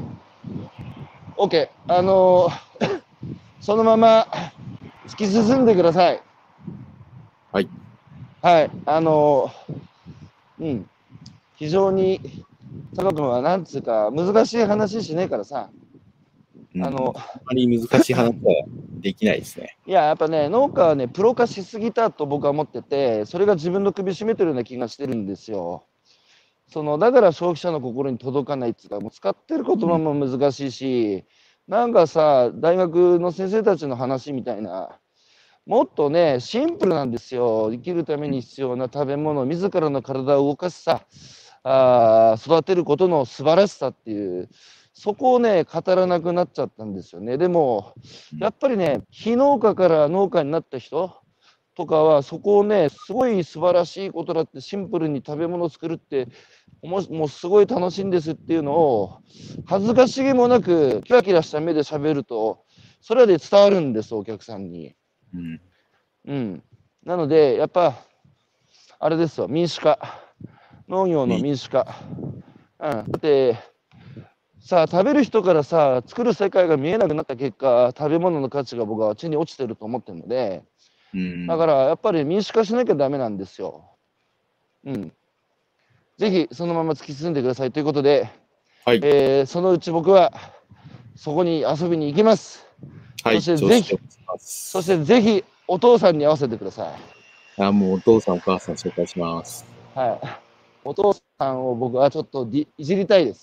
。OK。あのーそのまま突き進んでください。 はい。 はい。あのーうん。非常に、坂君はなんつうか、難しい話しねえからさ。 うん、 あの、 あまり難しい話はできないですね。 いや、やっぱね、農家はね、プロ化しすぎたと僕は思ってて、それが自分の首絞めてるような気がしてるんですよ。そのだから消費者の心に届かないっていうか、もう使ってる言葉も難しいし、なんかさ、大学の先生たちの話みたいな、もっとね、シンプルなんですよ。生きるために必要な食べ物、自らの体を動かすさ、あー育てることの素晴らしさっていう、そこをね、語らなくなっちゃったんですよね。でも、やっぱりね、非農家から農家になった人とかは、そこをね、すごい素晴らしいことだって、シンプルに食べ物を作るって、もうもうすごい楽しいんですっていうのを、恥ずかしげもなく、キラキラした目で喋ると、それで伝わるんです、お客さんに。 うん。 うん。なので、やっぱ、あれですよ、民主化。農業の民主化。うん。だって、さあ、食べる人からさ、作る世界が見えなくなった結果、食べ物の価値が僕は地に落ちてると思ってるので、 うん。 だからやっぱり民主化しなきゃダメなんですよ。うん。ぜひそのまま突き進んでくださいということで、 はい。 えーそのうち僕はそこに遊びに行きます。 はい。 そしてぜひ、そしてぜひお父さんに会わせてください。 あ、もうお父さんお母さん紹介します。 はい。お父さんを僕はちょっといじりたいです。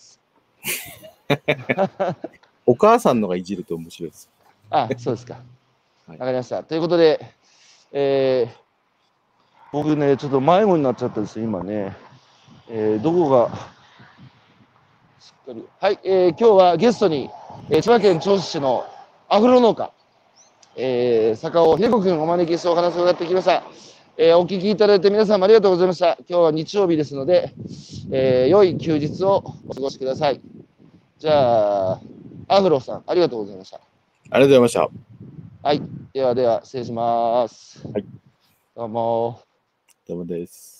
お母さんのがいじると面白いです。 あ、そうですか。 はいわかりました。ということで、えー僕ね、ちょっと迷子になっちゃったんですよ、今ね。えーどこが、しっかり。はい、えー今日はゲストに、えー千葉県銚子市のアフロ農家、えー坂尾秀子君をお招きしてお話を伺ってきました。えーお聞きいただいて皆様ありがとうございました。今日は日曜日ですので、えー良い休日をお過ごしください。じゃあ、アフロさん、ありがとうございました。 ありがとうございましはい、ではでは、失礼します。 はいどうも。 た。どうもです。